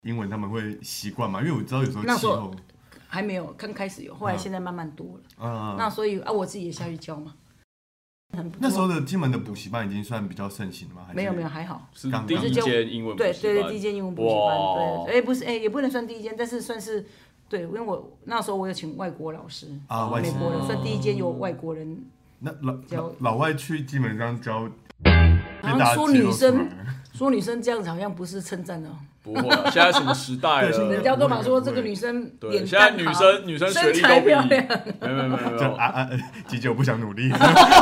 英文他们会习惯嘛？因为我知道有时候气候还没有，刚开始有，后来现在慢慢多了。那所以我自己也下去教嘛。 那时候的金门的补习班已经算比较盛行了吗？ 没有还好， 是第一间英文补习班。 对，第一间英文补习班。对，不是，也不能算第一间，但是算是对，因为我那时候我有请外国老师美国人，算第一间有外国人。 那老外去基本上教， 好像说女生这样子好像不是称赞的。 不会，现在什么时代了？ 人家都嘛说这个女生脸现在女生学历都比漂亮。 没有吉姐我不想努力。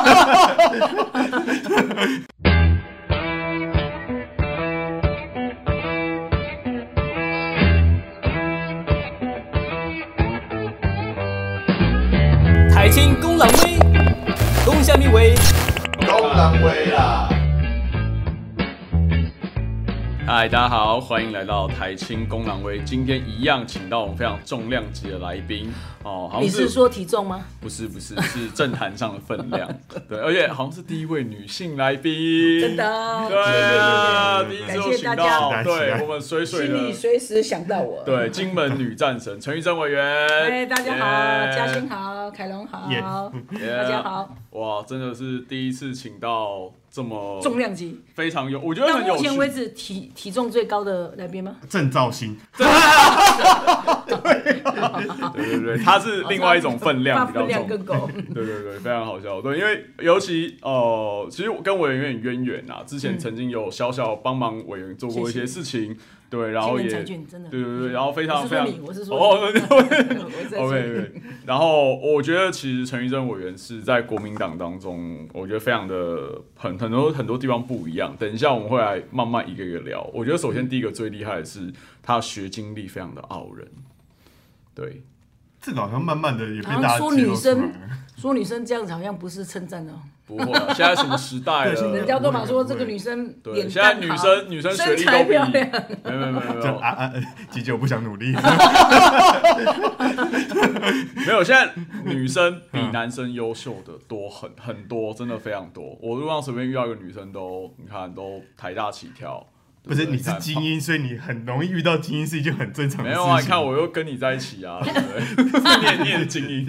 台青公人威，讲什么威？ 公人威啦！ 嗨，大家好，欢迎来到台青公狼威。今天一样请到我们非常重量级的来宾哦。 你是说体重吗？ 不是，是政坛上的分量。对，而且好像是第一位女性来宾。 真的。 对，第一次有请到， 对， 我们水的， 心里随时想到我。 对，金门女战神陈玉珍委员。 大家好，嘉欣好，凯龙好，大家好。 哇，真的是第一次请到这么重量级， 非常有，我觉得很有趣。 到目前为止体重最高的来宾吗？ 郑兆兴。 对，他是另外一种分量比较重， 分量更高。 对，非常好笑。对，因为尤其其实我跟委员有点渊源啊，之前曾经有小小帮忙委员做过一些事情。对，然后也对，然后非常， 我是说你 OK，然后我觉得其实陈玉珍委员是在国民党当中，我觉得非常的很多地方不一样。等一下我们会来慢慢一个一个聊。我觉得首先第一个最厉害的是他的学经历非常的傲人，对， 这个好像慢慢的也被大家说女生这样子好像不是称赞的。 不会，现在什么时代了？ 人家都嘛说这个女生脸现在女生学历都比漂亮。 没有，吉姐我不想努力。 没有，现在女生比男生优秀的多很多，真的非常多。我路上随便遇到一个女生你看都台大起跳。 不是，你是精英，所以你很容易遇到精英是一件很正常的事情。 没有啊，你看我又跟你在一起啊，对不对？你也是精英。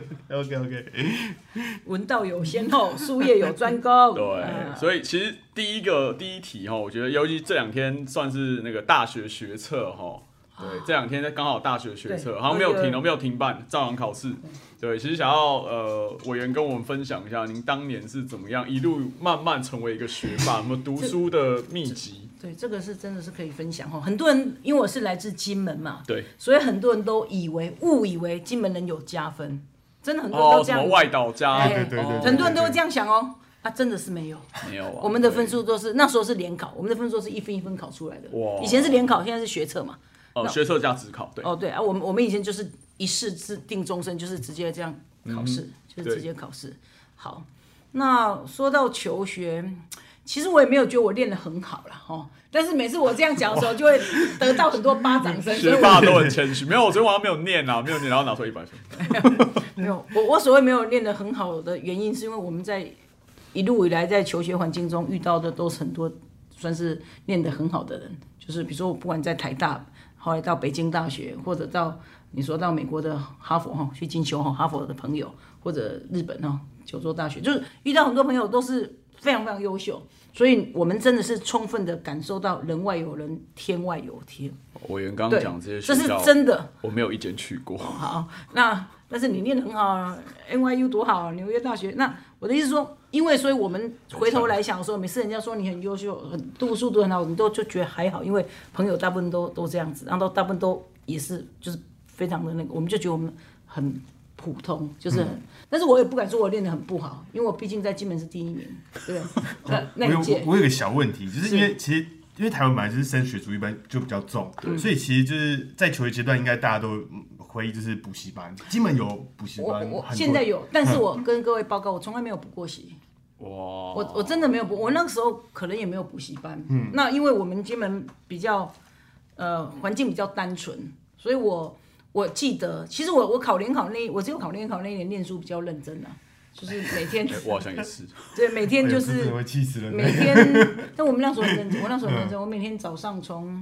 OK。 文道有先后，术业有专攻。 对，所以其实第一题我觉得尤其这两天算是那个大学学测对，这两天刚好大学学测，好像没有停办，照常考试。对，其实想要委员跟我们分享一下，您当年是怎么样一路慢慢成为一个学霸，有没有读书的秘籍？ 对，这个是真的是可以分享很多人因为我是来自金门嘛， 对， 所以很多人都误以为金门人有加分，真的很多人都这样。 什么外岛加？ 对， 很多人都会这样想真的是没有啊。 我们的分数都是那时候是联考，我们的分数是一分一分考出来的。以前是联考，现在是学测嘛。 学测加指考，对。 对啊，我们以前就是一试定终身，就是直接这样考试，就是直接考试。好，那说到求学，其实我也没有觉得我练得很好啦但是每次我这样讲的时候，就会得到很多巴掌声。 学霸都很谦虚，没有，我昨天晚上没有念啊，然后拿出100分。 没有，我所谓没有练得很好的原因，是因为我们在一路以来在求学环境中遇到的都是很多算是练得很好的人，就是比如说我不管在台大。后来到北京大学，或者你说到美国的哈佛去进修哈佛的朋友，或者日本九州大学，就是遇到很多朋友都是非常非常优秀，所以我们真的是充分的感受到人外有人，天外有天。 委员刚刚讲这些学校， 这是真的， 我没有一间去过。 好，但是你念得很好，NYU 多好，纽约大学。那我的意思是说，所以我们回头来想的时候，每次人家说你很优秀，读书读很好，你就觉得还好，因为朋友大部分都这样子，然后大部分都也是就是非常的那个，我们就觉得我们很普通，就是但是我也不敢说我练得很不好，因为我毕竟在金门是第1名，对不对？那一届我有个小问题，就是因为台湾本来就是升学主义班就比较重，所以其实就是在求学阶段，应该大家都回忆就是补习班。金门有补习班， 我现在有，但是我跟各位报告，我从来没有补过习。 哇！ 我真的没有补，我那个时候可能也没有补习班。那因为我们金门比较环境比较单纯，所以我记得，其实我考联考我只有考联考那一年念书比较认真啊。就是每天， 我好像也是。 对，每天就是会气死人。 每天，但我们那时候很认真，我每天早上从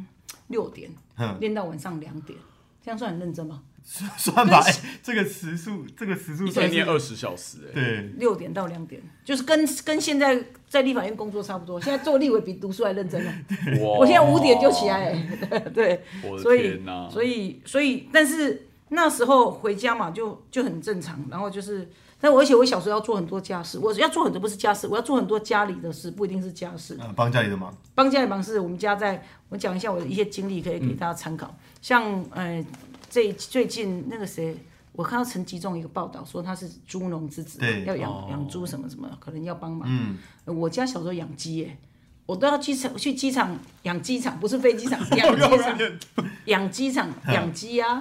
6点，练到晚上2点，这样算很认真吗？ 算吧，这个时速一天练20小时， 对 ，6点到2点，就是跟现在在立法院工作差不多。现在做立委比读书还认真了。我现在5点就起来，对，所以，但是那时候回家嘛，就很正常。然后就是，而且我小时候要做很多家事，我要做很多不是家事，我要做很多家里的事，不一定是家事。 帮家里的忙。 帮家里忙是我们家我讲一下我的一些经历，可以给大家参考。像最近那个谁，我看到陈吉仲一个报道说他是猪农之子，要养猪什么什么，可能要帮忙。我家小时候养鸡耶，我都要去机场养鸡场，不是飞机场，养鸡场养鸡啊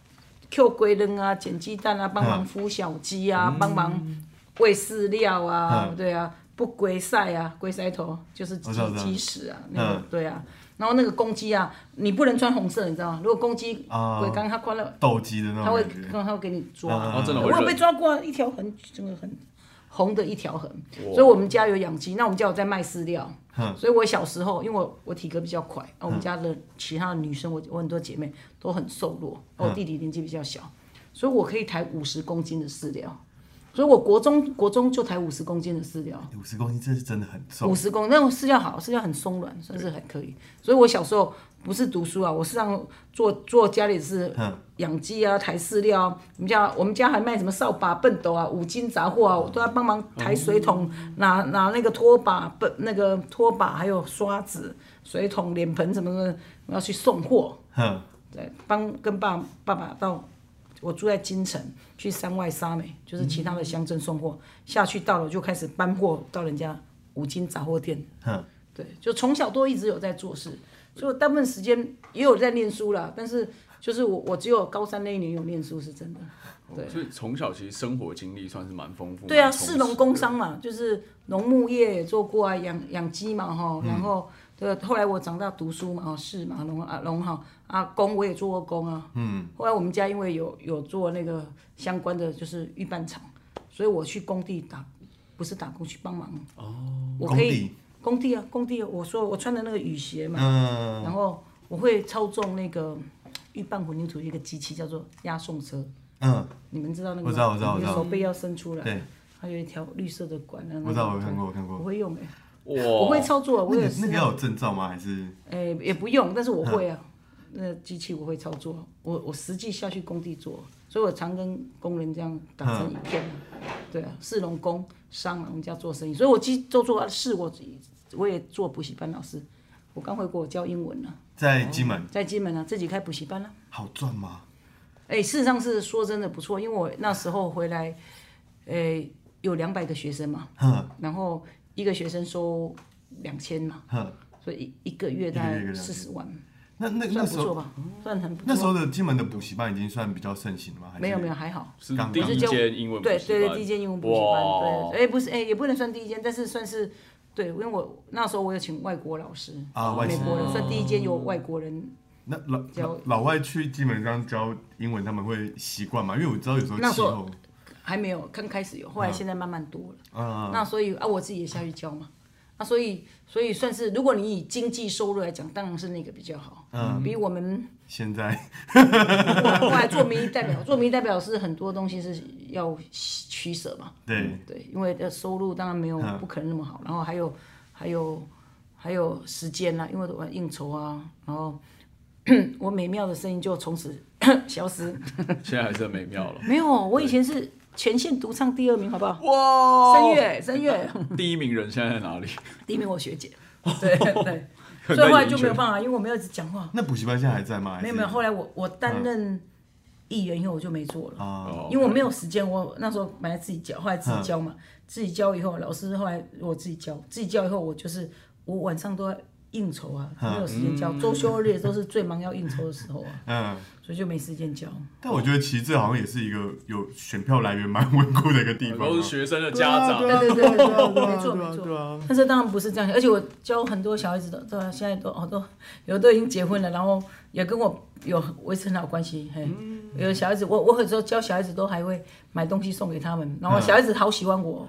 ，Q 龟扔啊，捡鸡蛋啊，帮忙孵小鸡啊，帮忙喂饲料啊，对啊，不龟晒啊，龟晒头就是鸡屎啊，那个对啊。然后那个公鸡啊，你不能穿红色，你知道吗？如果公鸡鬼刚它关了斗鸡的那种， 它会给你抓。 我有被抓过一条痕，真的很红的一条痕。所以我们家有养鸡，那我们家有在卖饲料。所以我小时候，因为我体格比较快，我们家的其他的女生，我很多姐妹都很瘦弱，我弟弟年纪比较小，所以我可以抬50公斤的饲料。所以我国中就抬50公斤的饲料 ，50公斤这是真的很重。 50公斤那种饲料好，饲料很松软，算是还可以。所以我小时候不是读书啊，我是让做家里的事，养鸡啊，抬饲料。我们家还卖什么扫把、畚斗啊、5金杂货啊，我都要帮忙抬水桶，拿那个拖把、还有刷子、水桶、脸盆什么的，我要去送货。对，跟爸爸到。我住在金城，去山外沙美，就是其他的乡镇送货，下去到了就开始搬货到人家5金杂货店。对，就从小都一直有在做事，所以我大部分时间也有在念书啦。但是就是我只有高3那一年有念书，是真的。对， 所以从小其实生活经历算是蛮丰富。 对啊，士农工商嘛，就是农牧业也做过啊，养鸡嘛哈，然后后来我长大读书嘛，士嘛农工我也做过工啊。后来我们家因为有做那个相关的就是预拌厂，所以我去工地不是打工去帮忙。我可以工地啊，我说我穿的那个雨鞋嘛，然后我会操纵那个预拌混凝土一个机器叫做压送车。你们知道那个吗？ 我知道。 你的手背要伸出来，对，还有一条绿色的管。 我知道，我看过。 我会用我会操作，我也是。 那个要有证照吗？还是？ 也不用，但是我会啊。那机器我会操作，我实际下去工地做，所以我常跟工人这样打成一片。对啊，士农工商啊，我们家做生意，所以我都做事，我也做补习班老师。我刚回国，我教英文了。 在金门。 在金门啊，自己开补习班了。 好赚吗？ 事实上是说真的不错，因为我那时候回来，有200个学生嘛，然后一个学生收2000嘛，所以一个月大概40万。那算不错吧？算很不错。 那时候的金门的补习班已经算比较盛行了吗？ 没有还好， 是第一间英文补习班。 对，第一间英文补习班。对，不是，也不能算第一间，但是算是对，因为我那时候我有请外国老师美国人算第一间有外国人。 那老外去基本上教英文，他们会习惯吗？因为我知道有时候气候还没有，刚开始有，后来现在慢慢多了。那所以我自己也下去教嘛。所以算是，如果你以经济收入来讲，当然是那个比较好。比我们现在后来做民意代表是很多东西是要取舍嘛。 对， 因为收入当然没有不可能那么好，然后还有时间啦，因为我应酬啊，然后。我美妙的声音就从此消失。 现在还是很美妙了。 没有，我以前是全县独唱第2名，好不好？ 哇！ 声乐。 第1名人现在在哪里？ 第1名我学姐。对。所以后来就没有办法，因为我没有一直讲话。 那补习班现在还在吗？ 没有，后来我担任议员以后我就没做了，因为我没有时间。我那时候本来自己教，后来自己教嘛，自己教以后，老师后来我自己教以后，我晚上都在应酬啊，没有时间教。周休日都是最忙要应酬的时候啊，所以就没时间教。 但我觉得其实这好像也是一个有选票来源蛮稳固的一个地方， 都是学生的家长。 对，没错。但是当然不是这样，而且我教很多小孩子的，对吧？现在有的已经结婚了，然后也跟我有维持很好关系。有小孩子，我有时候教小孩子都还会买东西送给他们，然后小孩子好喜欢我。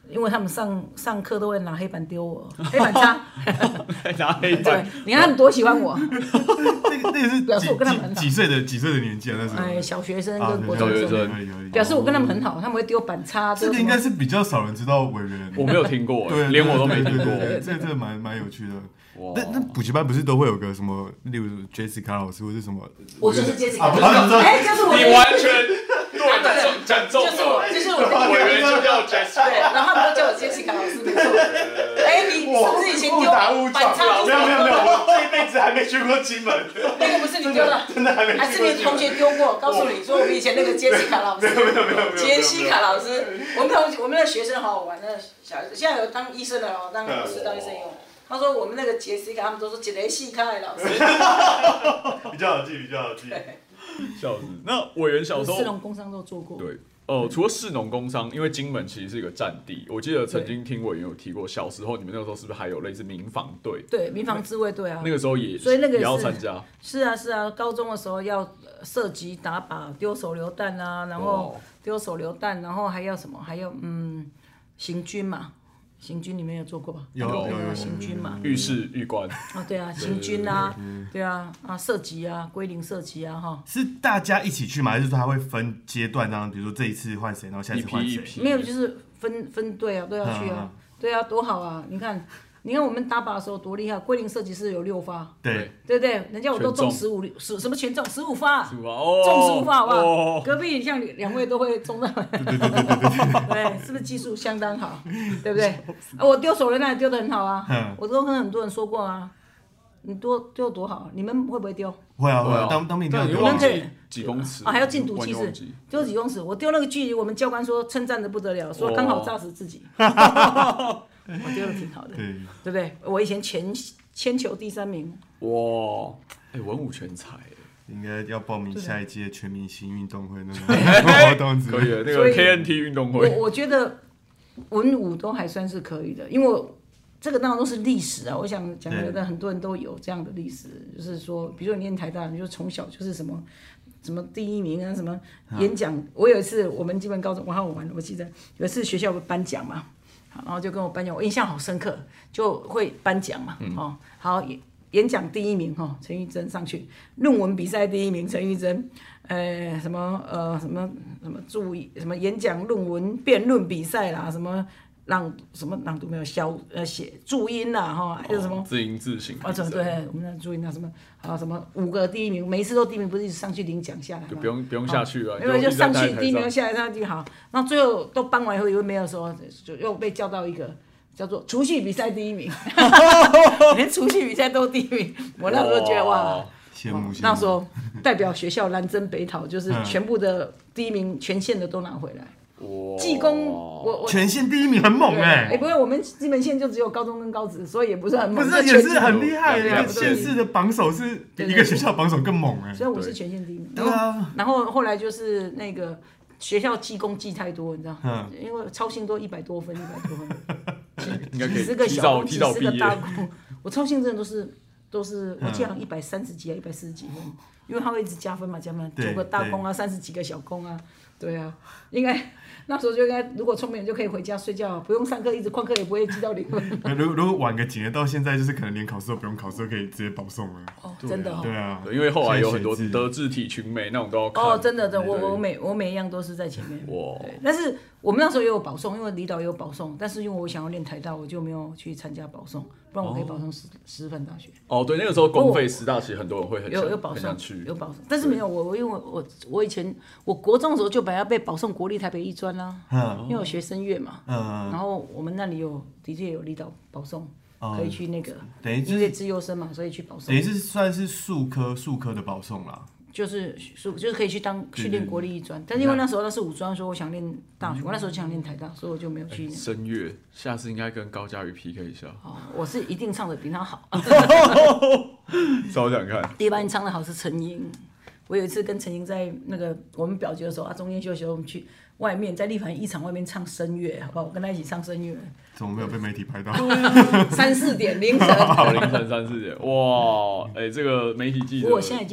因为他们上课都会拿黑板丢我，黑板擦， 拿黑板。 你看他们多喜欢我。 那个是表示我跟他们很好几岁的年纪啊？那时候小学生跟国中生，表示我跟他们很好，他们会丢板擦。 这个应该是比较少人知道委员， 我没有听过， 对， 连我都没听过。 这个蛮有趣的。那补习班不是都会有个什么，例如 Jessica 老师或是什么？ 我就是 Jessica 老师。哎，就是我。 你完全讲中了， 就是我委员就叫 Jessica， 对，然后他们都叫我 Jessica 老师，没错。哎，你是不是以前丢板擦？ 没有，我这一辈子还没去过金门。 那个不是你丢的， 真的还没。 还是你同学丢过？告诉你说我们以前那个 Jessica 老师， 没有。 杰西卡老师，我们的学生好好玩，那小孩子现在有当医生的哦，当老师当医生用。他说我们那个杰西卡，他们都说一个细卡的老师， 比较好记。 笑死！那委员小时候市农工商都做过。 对，除了市农工商，因为金门其实是一个战地，我记得曾经听委员有提过，小时候你们那个时候是不是还有类似民防队？ 对，民防自卫队啊。 那个时候也， 所以那个也要参加。 是啊，高中的时候要射击、打靶、丢手榴弹啊，然后丢手榴弹，然后还要什么？还有行军嘛。行军你们有做过吧？ 有行军嘛， 浴室浴官。 对啊，行军啊，对啊，射击啊，归零射击啊，哈。 是大家一起去吗？还是说他会分阶段这样？比如说这一次换谁，然后下一次换谁？ 没有，就是分队啊，都要去啊。对啊，多好啊！你看我们打靶的时候多厉害，归零射击是有6发， 对不对？人家我都中15，什么全中15发，中 15 发好不好？隔壁像2位都会中到，对，是不是技术相当好？对不对？我丢手榴弹丢得很好啊，我都跟很多人说过啊，你丢多好，你们会不会丢？ 会啊，当兵丢。 你忘记几公尺还要进毒气室，丢几公尺？我丢那个距离，我们教官说称赞的不得了，说刚好炸死自己。我丢的挺好的，对不对？我以前铅球第3名。 哇，文武全才， 应该要报名下一届全明星运动会那种活动之类的。 可以的，那个 KNT 运动会。 我觉得文武都还算是可以的，因为这个当然都是历史啊。我想讲的很多人都有这样的历史，就是说，比如说你念台大，你就从小就是什么第1名啊，什么演讲。我有一次我们基本高中我好玩，我记得有一次学校颁奖嘛。然后就跟我颁奖，我印象好深刻，就会颁奖嘛，好，演讲第1名陈玉珍上去，论文比赛第1名陈玉珍，什么注意什么演讲论文辩论比赛啦，什么朗读没有写注音啦还有什么自音自行对，我们的注音什么什么5个第1名，每一次都第1名，不是一直上去领奖下来吗？ 就不用下去了， 因为就上去第1名下来上去好，然后最后都颁完以后以为没有的时候，就又被叫到一个叫做储蓄比赛第1名，连储蓄比赛都第1名，我那时候觉得哇， 羡慕。 那时候代表学校南征北讨，就是全部的第1名全县的都拿回来。技工，我全县第1名很猛不会，我们基本县就只有高中跟高职，所以也不是很猛。 不是，也是很厉害的。县市的榜首是比一个学校榜首更猛所以我是全县第1名。 对啊。 然后后来就是那个学校技工记太多，你知道？因为操行都100多分， 应该可以几十个小工，几十个大工。 我操行真的都是，我记得130几啊，140几分，因为他会一直加分嘛，9个大工啊，30几个小工啊，对啊，应该。那时候就应该，如果聪明人就可以回家睡觉，不用上课，一直旷课也不会记到0分。 如果晚个几年，到现在就是可能连考试都不用考试，都可以直接保送了。 真的对啊， 因为后来有很多德智体群美那种都要看。 真的，我每一样都是在前面。但是我们那时候也有保送，因为离岛也有保送，但是因为我想要念台大，我就没有去参加保送，不然我可以保送师范大学。 对，那个时候公费师大其实很多人会有保送去， 有保送，但是没有我，因为我以前我国中的时候就本来要被保送国立台北艺专啦，因为我学声乐嘛，然后我们那里的确有离岛保送，可以去那个音乐自优生嘛，所以去保送。 等于是算是数科的保送啦。 就是可以去练国立艺专，但是因为那时候那是5专，所以我想练大学，我那时候想练台大，所以我就没有去。 声乐下次应该跟高嘉瑜 PK 一下。 我是一定唱的比他好。 找讲看。 第一班唱的好是陈英，我有一次跟陈英在那个我们表决的时候中间休息我们去外面在立凡一场外面唱声乐，好不好？我跟他一起唱声乐。 怎么没有被媒体拍到 ？3、4点凌晨。 凌晨3、4点，哇！这个媒体记者。 我现在已经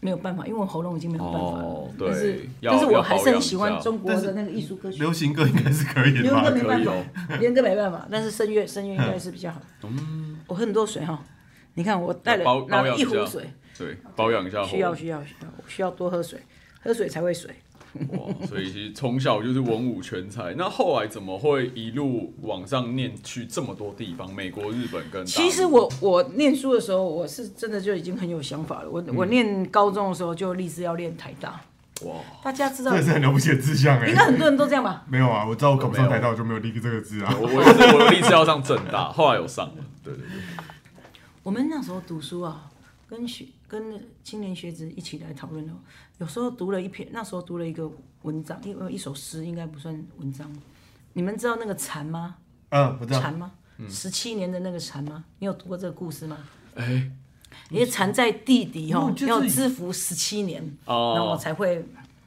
没有办法，因为我喉咙已经没有办法了。 对， 但是我还是很喜欢中国的那个艺术歌曲。 流行歌应该是可以的吧？ 流行歌没办法，流行歌没办法，但是声乐应该是比较好。我喝很多水哈，你看我带了拿了1壶水， 对，保养一下喉咙。 需要多喝水，喝水才会水。 哇，所以其实从小就是文武全才，那后来怎么会一路往上念去这么多地方？美国、日本跟其实我念书的时候，我是真的就已经很有想法了。我念高中的时候就立志要念台大。哇，大家知道这是很了不起的志向应该很多人都这样吧？ 没有啊，我知道我考不上台大，我就没有立这个志啊。 我立志要上政大，后来有上了。对。 我们那时候读书啊，跟青年学子一起来讨论哦。有时候读了那时候读了一个文章，因为一首诗应该不算文章。你们知道那个蝉吗？ 我知道。 蝉吗？17年的那个蝉吗？你有读过这个故事吗？因为蝉在地底要蛰伏17年，然后才会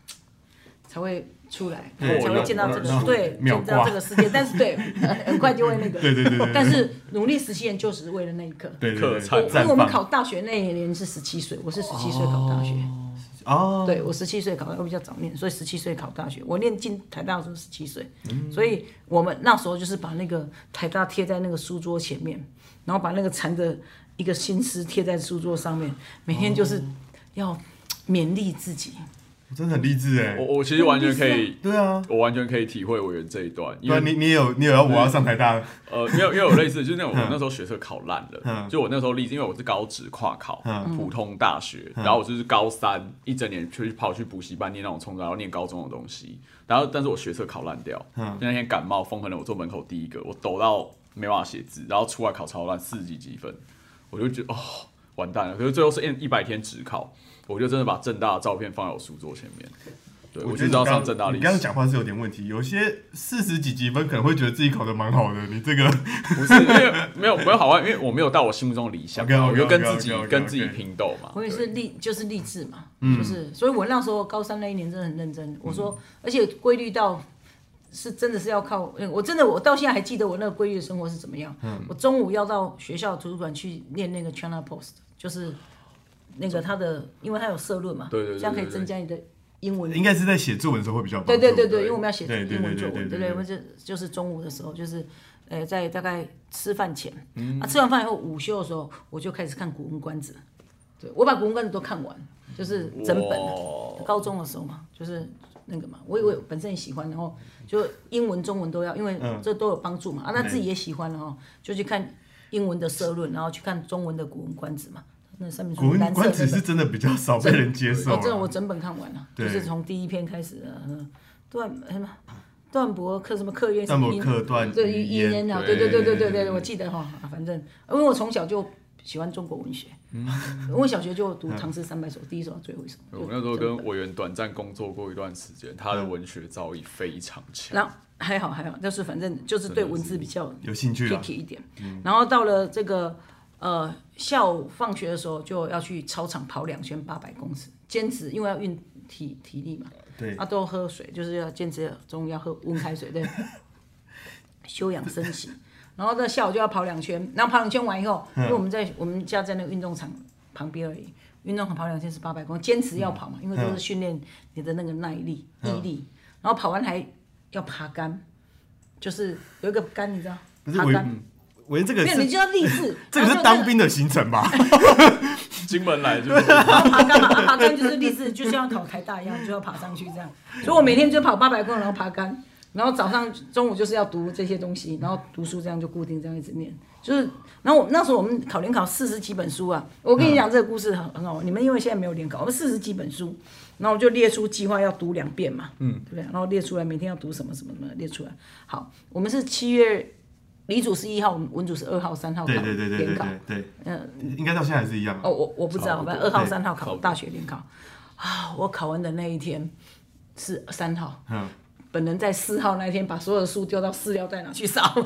出来，才会见到这个见到这个世界。但是很快就会那个。 对。 但是努力17年就是为了那一刻。 对。 因为我们考大学那一年是17岁，我是17岁考大学。对，我17岁考，我比较早念，所以17岁考大学。我念进台大的时候17岁，所以我们那时候就是把那个台大贴在那个书桌前面，然后把那个蝉的一个新诗贴在书桌上面，每天就是要勉励自己。 真的很励志哎！ 我其实完全可以， 对啊， 我完全可以体会委员这一段。 因为你有我要上台大， 因为有类似，就是那种我那时候学测考烂了，就我那时候例子，因为我是高职跨考普通大学，然后我就是高3一整年跑去补习班念那种冲然后念高中的东西，然后但是我学测考烂掉，就那天感冒风很冷，我坐门口第一个，我抖到没办法写字，然后出来考超烂40几分，我就觉得完蛋了。可是最后是100天指考。我就真的把政大的照片放在我书桌前面，对，我就知道上政大历史。 你刚刚讲话是有点问题，有些40几分可能会觉得自己考得蛮好的，你这个不是因为没有好坏，因为我没有到我心目中的理想，我就跟自己拼斗嘛。 我也是就是励志嘛，就是，所以我那时候高3那一年真的很认真。我说，而且规律到是真的是要靠我到现在还记得我那个规律的生活是怎么样。我中午要到学校图书馆去念那个 China Post， 就是。那个因为他有社论嘛， 对， 这样可以增加你的英文。 应该是在写作文的时候会比较对，因为我们要写英文作文，对，我们就是中午的时候，就是在大概吃饭前，吃完饭以后午休的时候，我就开始看《古文观止》，对，我把《古文观止》都看完，就是整本。高中的时候嘛，就是那个嘛，我本身也喜欢，然后就英文、中文都要，因为这都有帮助嘛。那自己也喜欢了哈，就去看英文的社论，然后去看中文的《古文观止》嘛。那上面古文观止是真的比较少被人接受。 真的我整本看完了，就是从第1篇开始段伯克什么课约， 段伯克段语言啊，对，我记得哈，反正因为我从小就喜欢中国文学，我小学就读《唐诗300首》，第1首到最后1首。 我那时候跟委员短暂工作过一段时间，他的文学造诣非常强。 然后还好，就是反正就是对文字比较有兴趣一点。然后到了这个。下午放学的时候就要去操场跑2圈800公尺，坚持，因为要运体力嘛。 对。 都喝水，就是要坚持中午要喝温开水，对。休养生息，然后到下午就要跑2圈，然后跑2圈完以后，因为我们家在那个运动场旁边而已，运动场跑2圈是800公尺，坚持要跑嘛，因为都是训练你的那个耐力、毅力，然后跑完还要爬杆，就是有一个杆，你知道？爬杆。 这个是你就要励志， 这个是当兵的行程吧？ 金门来就是， 然后爬杆嘛，爬杆就是励志，就像考台大一样，就要爬上去这样。所以我每天就跑800公里，然后爬杆，然后早上、中午就是要读这些东西，然后读书这样就固定这样一直念。就是，然后那时候我们联考40几本书啊，我跟你讲这个故事很好，你们因为现在没有联考，我们40几本书，然后我就列出计划要读2遍嘛，对不对？然后列出来每天要读什么列出来。好，我们是7月。理组是1号，文组是2号、3号考联考。 对，应该到现在还是一样。 我不知道，反正2号、3号考大学联考。我考完的那一天是3号。本人在4号那一天把所有的书丢到饲料袋拿去烧。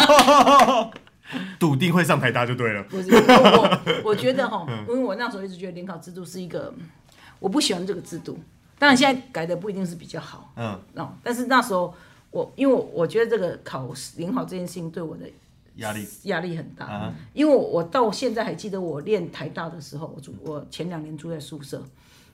笃定会上台大就对了。 不是，我觉得因为我那时候一直觉得联考制度是一个，我不喜欢这个制度。当然现在改的不一定是比较好。但是那时候。因为我觉得这个联考这件事情对我的压力很大，因为我到现在还记得我练台大的时候，我前2年住在宿舍，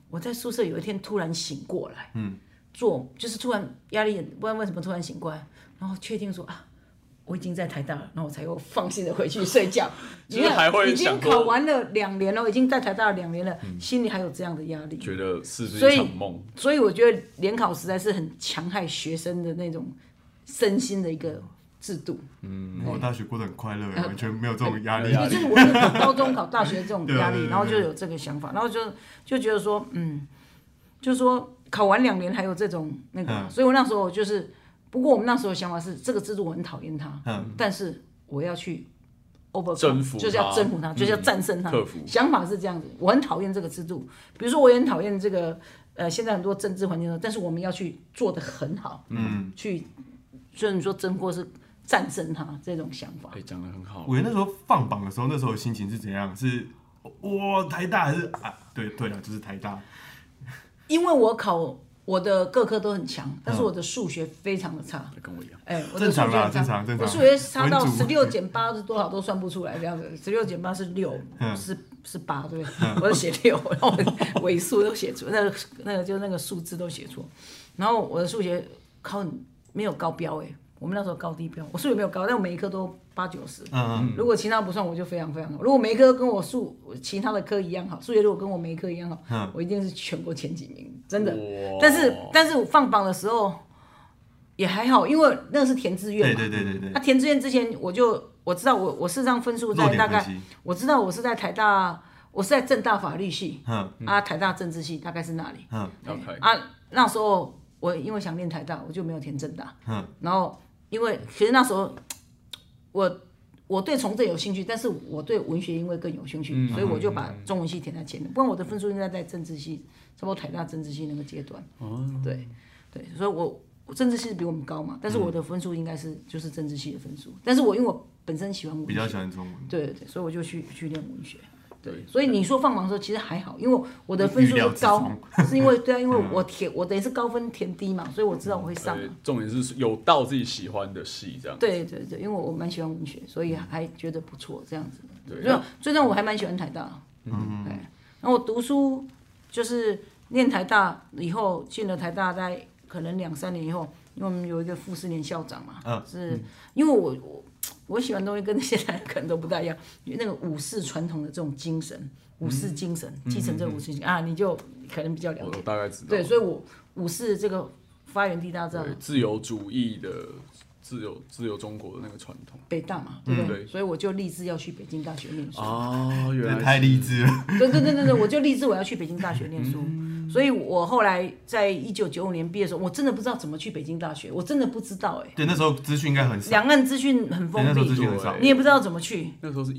我在宿舍有一天突然醒过来，就是突然压力，不知道为什么突然醒过来，然后确定说啊，我已经在台大了，然后我才又放心的回去睡觉。 就是还会已经考完了2年了，已经在台大2年了，心里还有这样的压力， 觉得是不是一场梦？ 所以我觉得联考实在是很强害学生的那种身心的一个制度。 我大学过得很快乐，完全没有这种压力。 就是我是考高中、考大学这种压力， 对然后就有这个想法，然后就觉得说，就是说考完2年还有这种那个，所以我那时候就是，不过我们那时候的想法是，这个制度我很讨厌它，但是我要去征服它， 就是要征服它，就是要战胜它。 克服。 想法是这样子，我很讨厌这个制度，比如说我也很讨厌这个，现在很多政治环境，但是我们要去做得很好，去，就是你说征服或是战胜它这种想法。 讲得很好。 我那时候放榜的时候，那时候的心情是怎样？是哇台大还是啊？对了，就是台大。 因为我的各科都很强，但是我的数学非常的差， 跟我一样。 我的数学很差， 正常。 我数学差到16减8是多少都算不出来，这样子，16减8是6，是8，对不对？我就写6，然后我尾数都写错，那个就那个数字都写错，然后我的数学没有高标我们那时候高低标，我数学没有高，但我每一科都8、90。如果其他不算，我就非常非常好。如果每一科跟我其他的科一样好，数学如果跟我每一科一样好，我一定是全国前几名，真的。但是我放榜的时候也还好，因为那是填志愿嘛。 对。 那填志愿之前我知道我事实上分数在大概，我知道我是在台大，我是在政大法律系，台大政治系大概是那里。 OK。 那时候我因为想念台大，我就没有填政大。然后其实那时候我对从政有兴趣，但是我对文学因为更有兴趣，所以我就把中文系填在前面，不然我的分数应该在政治系，差不多台大政治系那个阶段。对，所以我政治系比我们高嘛，但是我的分数应该就是政治系的分数，但是因为我本身喜欢文学， 比较喜欢中文， 对，所以我就去念文学。对，所以你说放榜的时候其实还好，因为我的分数是高，是因为因为我等于是高分填低嘛，所以我知道我会上。 重点是有到自己喜欢的系这样。 对，因为我蛮喜欢文学，所以还觉得不错这样子。对，最终我还蛮喜欢台大。然后我读书就是念台大以后，进了台大，在可能2、3年以后，因为我们有一个副4年校长嘛，是因为我喜欢的东西跟现在可能都不太一样，那个武士传统的这种精神，武士精神，继承这个武士精神你就可能比较了解。 我大概知道。 对，所以我武士这个发源地大家知道， 自由主义的自由中国的那个传统。 北大嘛，对不对？所以我就立志要去北京大学念书。 原来太励志了。 对，我就立志我要去北京大学念书。所以我后来在1995年毕业的时候，我真的不知道怎么去北京大学，我真的不知道对，那时候资讯应该很少， 两岸资讯很封闭，你也不知道怎么去。 那时候是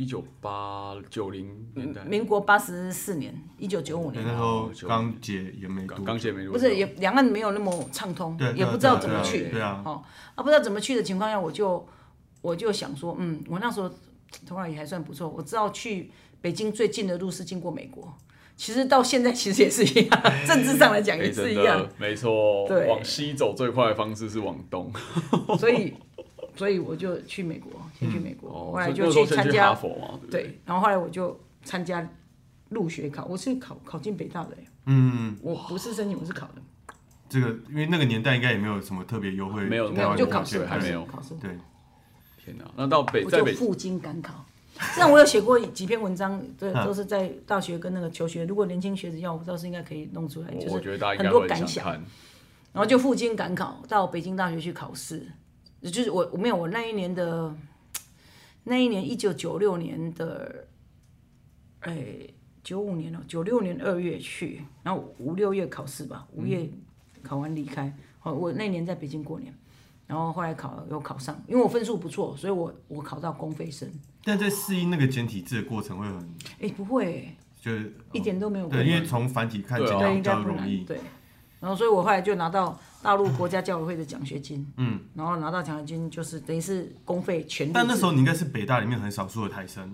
1990年代， 民国84年，1995年。 那时候刚解也没读， 不是两岸没有那么畅通，也不知道怎么去。 对啊， 不知道怎么去的情况下，我就想说，我那时候头脑也还算不错，我知道去北京最近的路是经过美国。其实到现在其实也是一样，政治上来讲也是一样， 没错。 对， 往西走最快的方式是往东， 所以我就去美国，先去美国，后来就去参加哈佛嘛， 对，然后后来我就参加入学考，我是考进北大的，我不是申请，我是考的。 这个因为那个年代应该也没有什么特别优惠， 没有就考试， 还没有考试。 对， 天哪，那到我就赴京赶考。实际上我有写过几篇文章，对，都是在大学跟那个求学。如果年轻学子要，我倒是应该可以弄出来，就是很多感想。然后就赴京赶考，到北京大学去考试。就是我那一年1996年的，95年了，96年2月去，然后5、6月考试吧，5月考完离开。我那年在北京过年。然后后来有考上，因为我分数不错，所以我考到公费生。 但在适应那个简体字的过程会很…… 不会， 就是一点都没有。 对，因为从繁体看简体比较容易。 对，然后所以我后来就拿到大陆国家教委会的奖学金，然后拿到奖学金就是等于是公费全。 但那时候你应该是北大里面很少数的台生。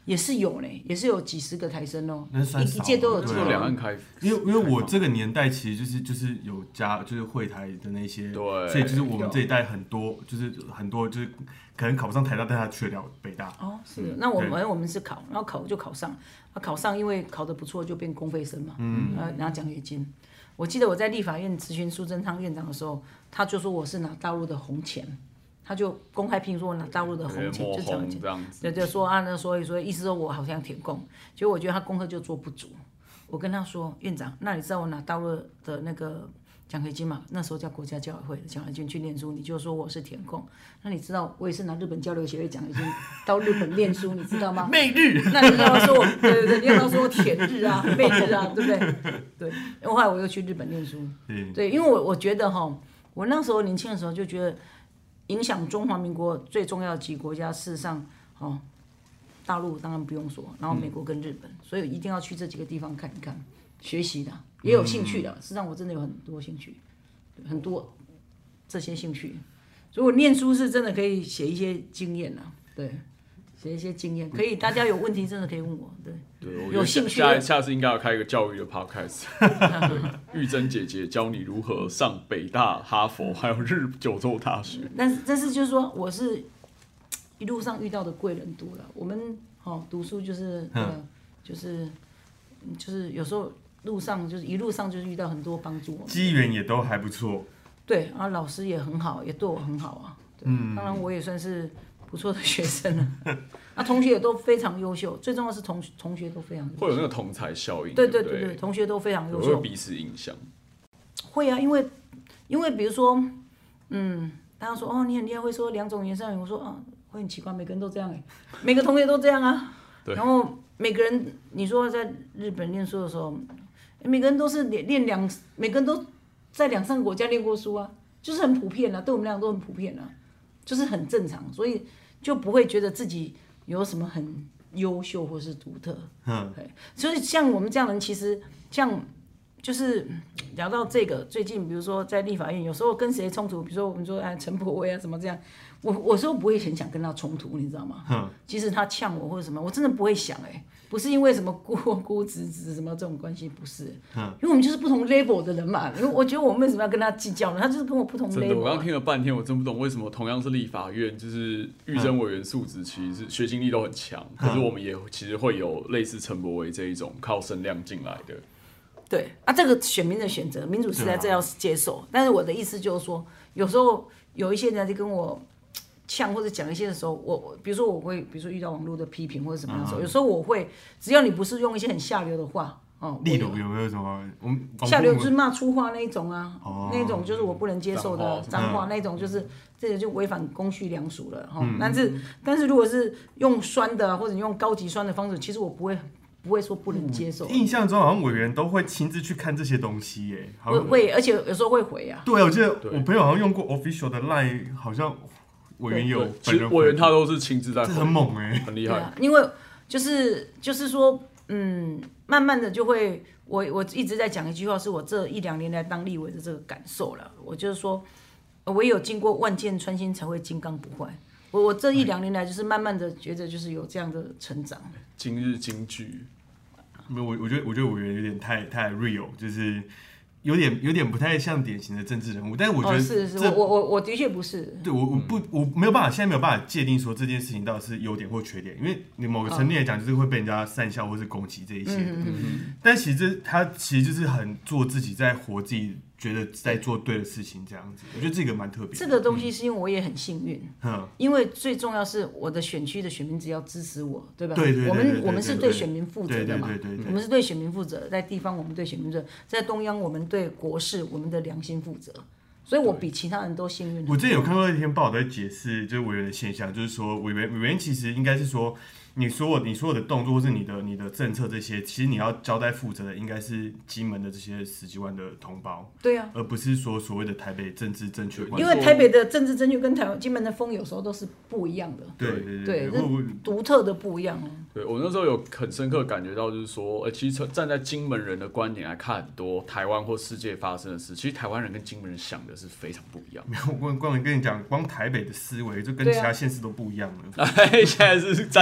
也是有呢，也是有几十个台生哦，一那算少届都有只有两岸开， 因为我这个年代其实就是有就是会台的那些， 对， 所以就是我们这一代很多就是可能考不上台大，但他去了北大。 哦，是的，那我们是考，然后考就考上，考上因为考得不错就变公费生嘛，拿奖学金。我记得我在立法院咨询苏贞昌院长的时候，他就说我是拿大陆的红钱。他就公开评说我拿大陆的红钱，就奖钱，对，说啊，那所以意思说我好像填空，结果我觉得他功课就做不足。我跟他说，院长，那你知道我拿大陆的那个奖学金嘛？那时候叫国家教委会的奖学金去念书，你就说我是填空。那你知道我也是拿日本交流协会奖学金到日本念书，你知道吗？ 媚日。 那你要说我，对，你要说我舔日啊、媚日啊，对不对？对，后来我又去日本念书，对，因为我觉得哈，我那时候年轻的时候就觉得。影响中华民国最重要的几个国家，事实上，大陆当然不用说，然后美国跟日本，所以一定要去这几个地方看一看，学习的，也有兴趣的。事实上，我真的有很多兴趣，很多这些兴趣，所以我念书是真的可以写一些经验的，对。写一些经验，可以，大家有问题真的可以问我，对，有兴趣。 下次应该要开一个教育的 podcast， 玉珍姐姐教你如何上北大、哈佛，还有九州大学。 但是就是说，我是一路上遇到的贵人多了。我们读书就是就是有时候路上就是一路上就是遇到很多帮助我们， 机缘也都还不错。 对，然后老师也很好，也对我很好啊。当然我也算是。不错的学生了，同学也都非常优秀，最重要是同学都非常优秀， 会有那个同侪效应。 对，同学都非常优秀， 会彼此影响。 会啊，因为比如说，大家说哦你很厉害，会说2种语言上，我说啊会很奇怪，每个人都这样每个同学都这样啊。然后每个人你说在日本念书的时候，每个人都是每个人都在2、3个国家念过书啊，就是很普遍啊，对我们俩都很普遍啊，就是很正常，所以。就不会觉得自己有什么很优秀或是独特，所以像我们这样的人，其实像就是聊到这个，最近比如说在立法院，有时候跟谁冲突，比如说我们说陈柏惟啊什么这样，我说不会很想跟他冲突，你知道吗？即使他呛我或者什么，我真的不会想不是因为什么姑侄什么这种关系，不是，因为我们就是不同 level 的人嘛。因为我觉得我们为什么要跟他计较呢？他就是跟我不同 level。真的， 我刚听了半天，我真不懂为什么同样是立法院，就是玉珍委员素质其实是学经历都很强，可是我们也其实会有类似陈柏惟这一种靠声量进来的。 对啊，这个选民的选择，民主时代这要接受。但是我的意思就是说，有时候有一些人就跟我呛或者讲一些的时候，比如说我会，比如说遇到网络的批评或者什么样的时候，有时候我会，只要你不是用一些很下流的话， 例如有没有什么？ 下流就是骂粗话那一种啊，那一种就是我不能接受的脏话，那一种就是这个就违反公序良俗了但是如果是用酸的或者用高级酸的方式，其实我不会说不能接受。 印象中好像委员都会亲自去看这些东西耶， 会，而且有时候会回啊。 对，我记得我朋友好像用过 official 的 line， 好像委员有， 其实委员他都是亲自在回， 这很猛很厉害。 因为就是说，慢慢的就会，我一直在讲一句话，是我这1、2年来当立委的这个感受了。我就是说，唯有经过万箭穿心，才会金刚不坏。我这1、2年来就是慢慢的觉得就是有这样的成长。 今日金句。 没有，我觉得委员有点太 real， 就是有点不太像典型的政治人物。但是我觉得是我的确不是。 对，我没有办法，现在没有办法界定说这件事情到底是优点或缺点，因为你某个层面来讲，就是会被人家讪笑或是攻击这一些。但其实他其实就是很做自己，在活自己。觉得在做对的事情，这样子，我觉得这个蛮特别的。 这个东西是因为我也很幸运，因为最重要是我的选区的选民只要支持我，对吧？ 对， 我们是对选民负责的嘛，我们是对选民负责，在地方我们对选民负责，在中央我们对国事我们的良心负责，所以我比其他人都幸运。 我之前有看过一篇报道在解释就是委员的现象，就是说委员其实应该是说。你所有的动作或是你的政策这些，其实你要交代负责的应该是金门的这些10几万的同胞， 对啊， 而不是说所谓的台北政治正确。 因为台北的政治正确跟金门的风有时候都是不一样的，对，独特的不一样。 对，我那时候有很深刻感觉到，就是说，其实站在金门人的观点来看，很多台湾或世界发生的事，其实台湾人跟金门人想的是非常不一样。 没有，光跟你讲，光台北的思维就跟其他县市都不一样了。 现在是战天龙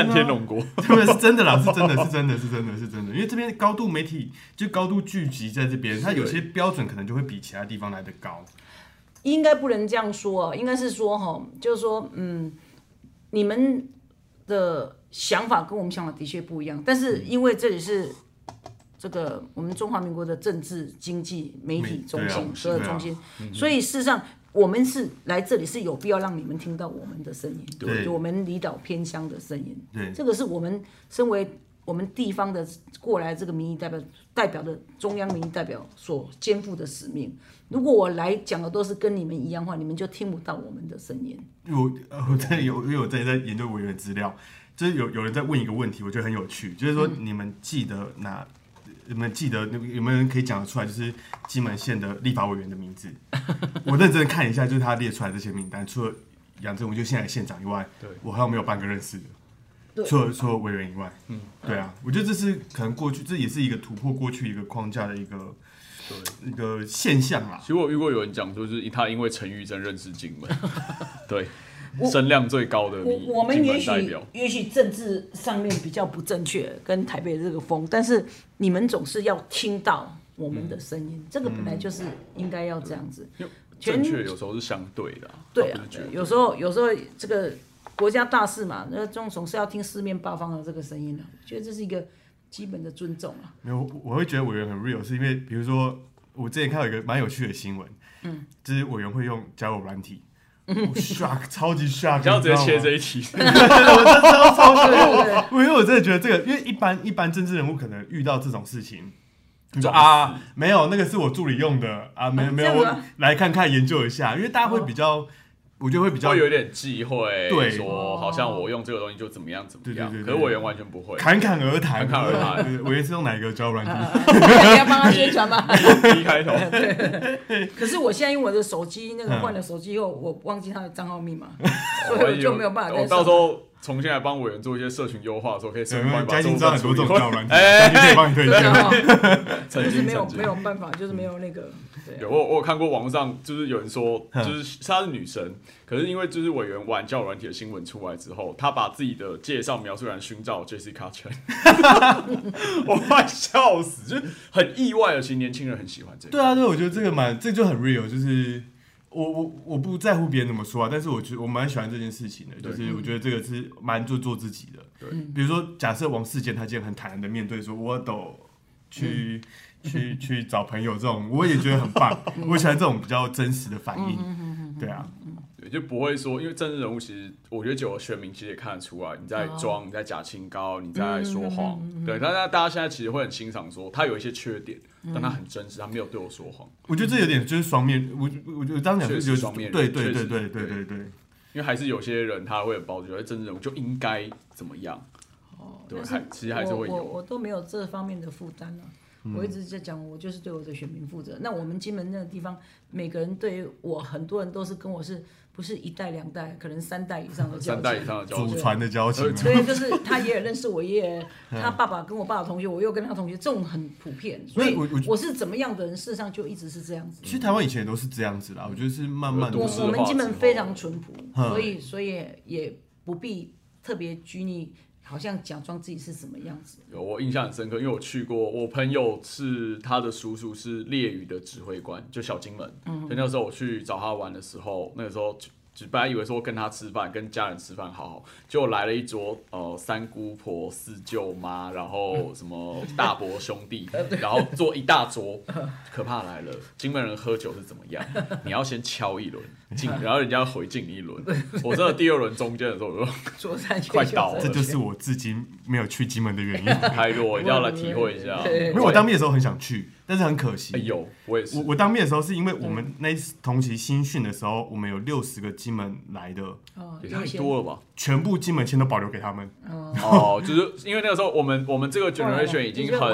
用过。 对，是真的啦，是真的，因为这边高度媒体就高度聚集在这边，它有些标准可能就会比其他地方来得高。 应该不能这样说，应该是说就是说，你们的想法跟我们想法的确不一样，但是因为这里是这个我们中华民国的政治、经济、媒体中心，所有中心，所以事实上我们是来这里是有必要让你们听到我们的声音， 对， 就我们离岛偏乡的声音， 对， 这个是我们身为我们地方的过来这个民意代表的中央民意代表所肩负的使命。如果我来讲的都是跟你们一样的话，你们就听不到我们的声音。 因为我在研究委员资料，就是有人在问一个问题，我觉得很有趣，就是说你们记得有没有人可以讲得出来，就是金门县的立法委员的名字？我认真看一下，就是他列出来这些名单，除了杨振武就现在县长以外，我好像没有半个认识的。除了委员以外，对啊，我觉得这是可能过去，这也是一个突破过去一个框架的一个现象啦。 其实我遇过有人讲说，就是他因为陈玉珍认识金门，对，声量最高的我们金门代表。 也许政治上面比较不正确，跟台北这个风，但是你们总是要听到我们的声音，这个本来就是应该要这样子。 正确有时候是相对的， 对啊，有时候这个。国家大事嘛，那总是要听四面八方的这个声音的，我觉得这是一个基本的尊重啊。 没有，我会觉得委员很 real， 是因为比如说我之前看到一个蛮有趣的新闻，就是委员会用交友软体，我 shock， 超级 shock， 你要直接切这一题， 我真的超 shock， 因为我真的觉得这个，因为一般政治人物可能遇到这种事情。你说没有，那个是我助理用的啊，没有，我来看看研究一下，因为大家会比较。我觉得会有点忌讳， 对， 说好像我用这个东西就怎么样， 对， 可是委员完全不会， 侃侃而谈。委员是用哪一个交友软体？ 你要帮他宣传吗 ？P 开头。 对。可是我现在因为我的手机那个换了手机以后，我忘记他的账号密码，所以我就没有办法。 我到时候重新来帮委员做一些社群优化的时候，可以顺便把嘉欣知道很多这种交友软体，可以帮你推荐。 就是没有办法，就是没有那个。 有我有看过网络上，就是有人说，就是她是女生，可是因为就是委员玩交友软体的新闻出来之后，她把自己的介绍描述成寻找 Jessica Chen， 我快笑死，就是很意外的，其实年轻人很喜欢这个。 对啊，对，我觉得这就很 real， 就是我不在乎别人怎么说啊，但是我蛮喜欢这件事情的，就是我觉得这个是蛮做自己的。对，比如说假设王世坚他今天很坦然的面对说，我都去找朋友这种，我也觉得很棒。我喜欢这种比较真实的反应，对啊， 对，就不会说，因为政治人物其实我觉得久了选民其实也看得出来，你在装，你在假清高，你在说谎，对。但大家现在其实会很欣赏说他有一些缺点，但他很真实，他没有对我说谎。 我觉得这有点就是双面，我觉得当讲就是双面人， 对， 因为还是有些人他会抱着政治人物就应该怎么样。对，其实还是会有。 我都没有这方面的负担了。我一直在讲，我就是对我的选民负责。那我们金门那个地方，每个人对我，很多人都是跟我不是一代两代，可能3代以上的交情， 祖传的交情。 对，就是他爷爷认识我爷爷，他爸爸跟我爸的同学，我又跟他同学，这种很普遍。所以我是怎么样的人，事实上就一直是这样子。 其实台湾以前也都是这样子啦，我觉得是慢慢的。 我们金门非常淳朴，所以也不必特别拘泥。好像假装自己是什么样子。 我印象很深刻，因为我去过，我朋友是他的叔叔是烈屿的指挥官，就小金门。所以那时候我去找他玩的时候，那个时候本来以为说跟他吃饭，跟家人吃饭好好，结果来了一桌三姑婆、四舅妈，然后什么大伯兄弟，然后坐一大桌。可怕来了，金门人喝酒是怎么样？你要先敲一轮，然后人家回敬你一轮。我真的第2轮中间的时候，我就快倒了。 这就是我至今没有去金门的原因。 太弱，一定要来体会一下。 因为我当兵的时候很想去，但是很可惜。 我也是。 我当兵的时候是因为我们那同期新训的时候，我们有60个金门来的， 也太多了吧？ 全部金门签都保留给他们。 就是因为那个时候我们这个 generation 已经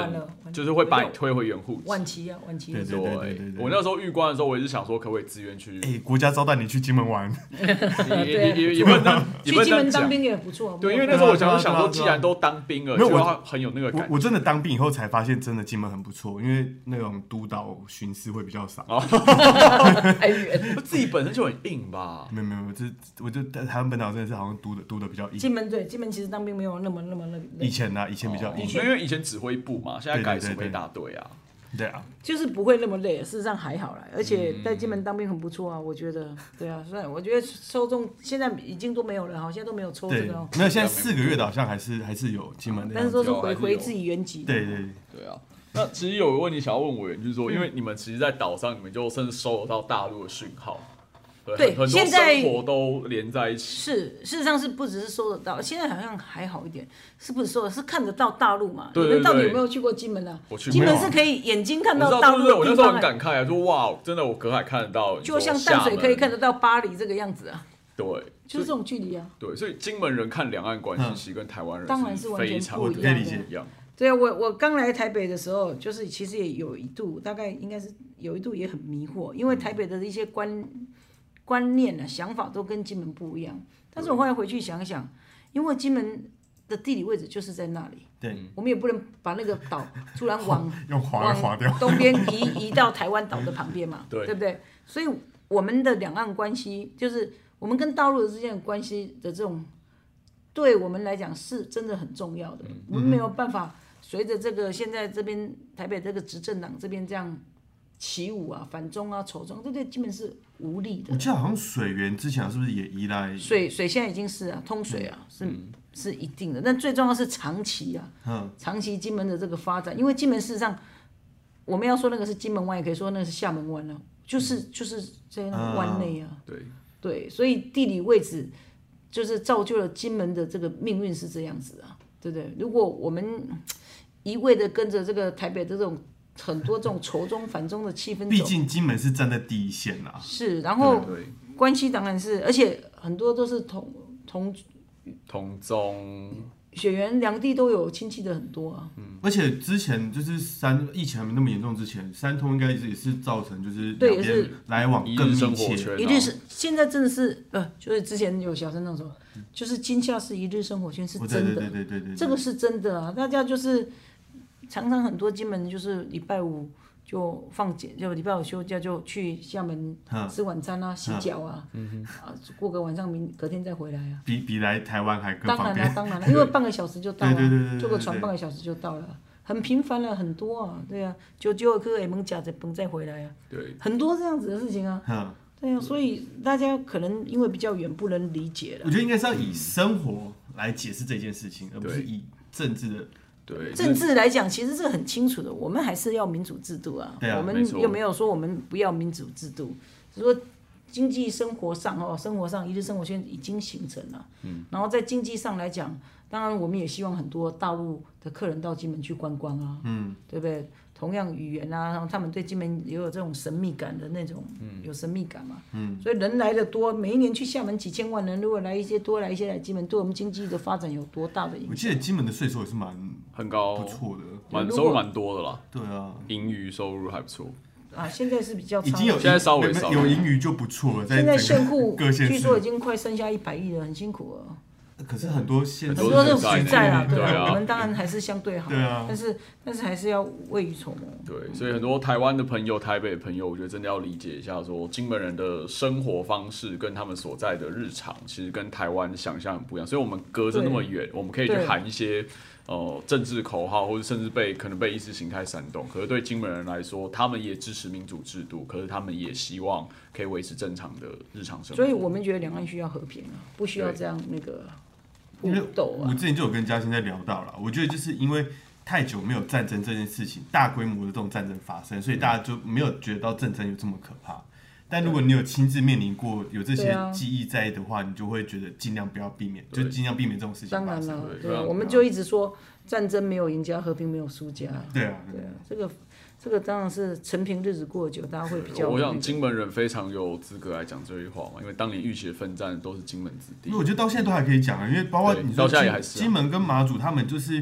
就是会把你推回原户籍。 晚期啊，晚期。 对， 我那时候预官的时候，我也是想说，可不可以自愿去？ 国家招待你去金门玩， 也不能当， 去金门当兵也不错。 对，因为那时候我想说，既然都当兵了，就要很有那个感觉。 我真的当兵以后才发现，真的金门很不错，因为那种督导巡视会比较少。 太远， 自己本身就很硬吧？ 没有，我就台湾本岛真的是好像督的比较硬。 金门其实当兵没有那么累。 以前比较硬， 因为以前指挥部嘛，现在改指挥大队啊。 对啊， 就是不会那么累，事实上还好啦。而且在金门当兵很不错啊，我觉得。对啊，所以我觉得抽中现在已经都没有了，好像都没有抽这个。 没有，现在4个月的好像还是有金门的， 但是都是回自己原籍。 对啊。那其实有个问题想要问委员，就是说，因为你们其实，在岛上，你们就甚至收得到大陆的讯号。 对， 很多生活都连在一起。 事实上是不只是收得到，现在好像还好一点，是不是收的是看得到大陆嘛？ 对， 你们到底有没有去过金门啊？ 我去过。 金门是可以眼睛看到大陆的地方。 我那时候很感慨啊，说哇，真的我隔海看得到， 就像淡水可以看得到巴黎这个样子啊。 对， 就是这种距离啊。 对，所以金门人看两岸关系，其实跟台湾人当然是完全不一样。 对啊，我刚来台北的时候，就是其实也有一度，大概应该是有一度也很迷惑，因为台北的一些观念啊、想法都跟金门不一样。但是我后来回去想想，因为金门的地理位置就是在那里， 对， 我们也不能把那个岛突然往掉东边移到台湾岛的旁边嘛， 对不对？所以我们的两岸关系，就是我们跟大陆之间的关系的这种，对我们来讲是真的很重要的。我们没有办法随着这个现在这边台北这个执政党这边这样起舞啊、反中啊、丑中，这个基本是无力的。 我记得好像水源之前是不是也依赖水现在已经是啊，通水啊，是一定的。但最重要是长期啊，长期金门的这个发展，因为金门事实上，我们要说那个是金门湾，也可以说那个是厦门湾啊，就是在那个湾内啊。对，所以地理位置就是造就了金门的这个命运是这样子啊，对不对？如果我们一味的跟着这个台北的这种很多这种仇中反中的气氛走， 毕竟金门是站在第一线啦。 是，然后关系当然是，而且很多都是同宗血缘，两地都有亲戚的很多啊。 而且之前就是疫情还没那么严重之前，三通应该也是造成就是两边来往更密切。 一日是现在真的是就是之前有小生那时候，就是金厦是一日生活圈是真的， 对， 这个是真的啊。大家就是常常很多金门就是礼拜五就放假，就礼拜五休假就去厦门吃晚餐啊、洗脚啊，过个晚上隔天再回来啊。 比来台湾还更方便。 当然了，因为半个小时就到了， 对， 坐个船半个小时就到了，很频繁了，很多啊，对啊，就去下门吃一饭再回来啊， 对， 很多这样子的事情啊。对啊，所以大家可能因为比较远，不能理解了。 我觉得应该是要以生活来解释这件事情，而不是以政治的。 对， 政治来讲，其实是很清楚的，我们还是要民主制度啊。我们又没有说我们不要民主制度，只是说经济生活上一日生活圈已经形成了。然后在经济上来讲，当然我们也希望很多大陆的客人到金门去观光啊，对不对？同样语言啊，然后他们对金门也有这种神秘感的那种，有神秘感嘛。所以人来的多，每一年去厦门几千万人，如果多来一些来金门，对我们经济的发展有多大的影响？ 我记得金门的税收也是很高， 不错的，收入蛮多的啦。 对啊， 盈余收入还不错。 现在是比较差， 现在稍微少， 有盈余就不错了。 现在县库据说已经快剩下100亿了，很辛苦了。 可是很多县很多是负债啊，对啊， 我们当然还是相对好， 对啊， 但是还是要未雨绸缪。 对，所以很多台湾的朋友、台北的朋友，我觉得真的要理解一下，说金门人的生活方式跟他们所在的日常，其实跟台湾想象很不一样。所以我们隔着那么远，我们可以去喊一些政治口号，或者甚至可能被意识形态煽动。可是对金门人来说，他们也支持民主制度，可是他们也希望可以维持正常的日常生活。 所以我们觉得两岸需要和平啊，不需要这样那个。 因为我之前就有跟嘉欣在聊到了，我觉得就是因为太久没有战争这件事情，大规模的这种战争发生，所以大家就没有觉得到战争有这么可怕。但如果你有亲自面临过，有这些记忆在的话，你就会觉得尽量不要避免，就尽量避免这种事情发生。 当然了，对，我们就一直说战争没有赢家，和平没有输家。 对啊， 这个当然是陈平日子过得久，大家会比较。 我想金门人非常有资格来讲这句话嘛，因为当年浴血奋战都是金门子弟。 因为我觉得到现在都还可以讲啊，因为包括你说金门跟马祖，他们就是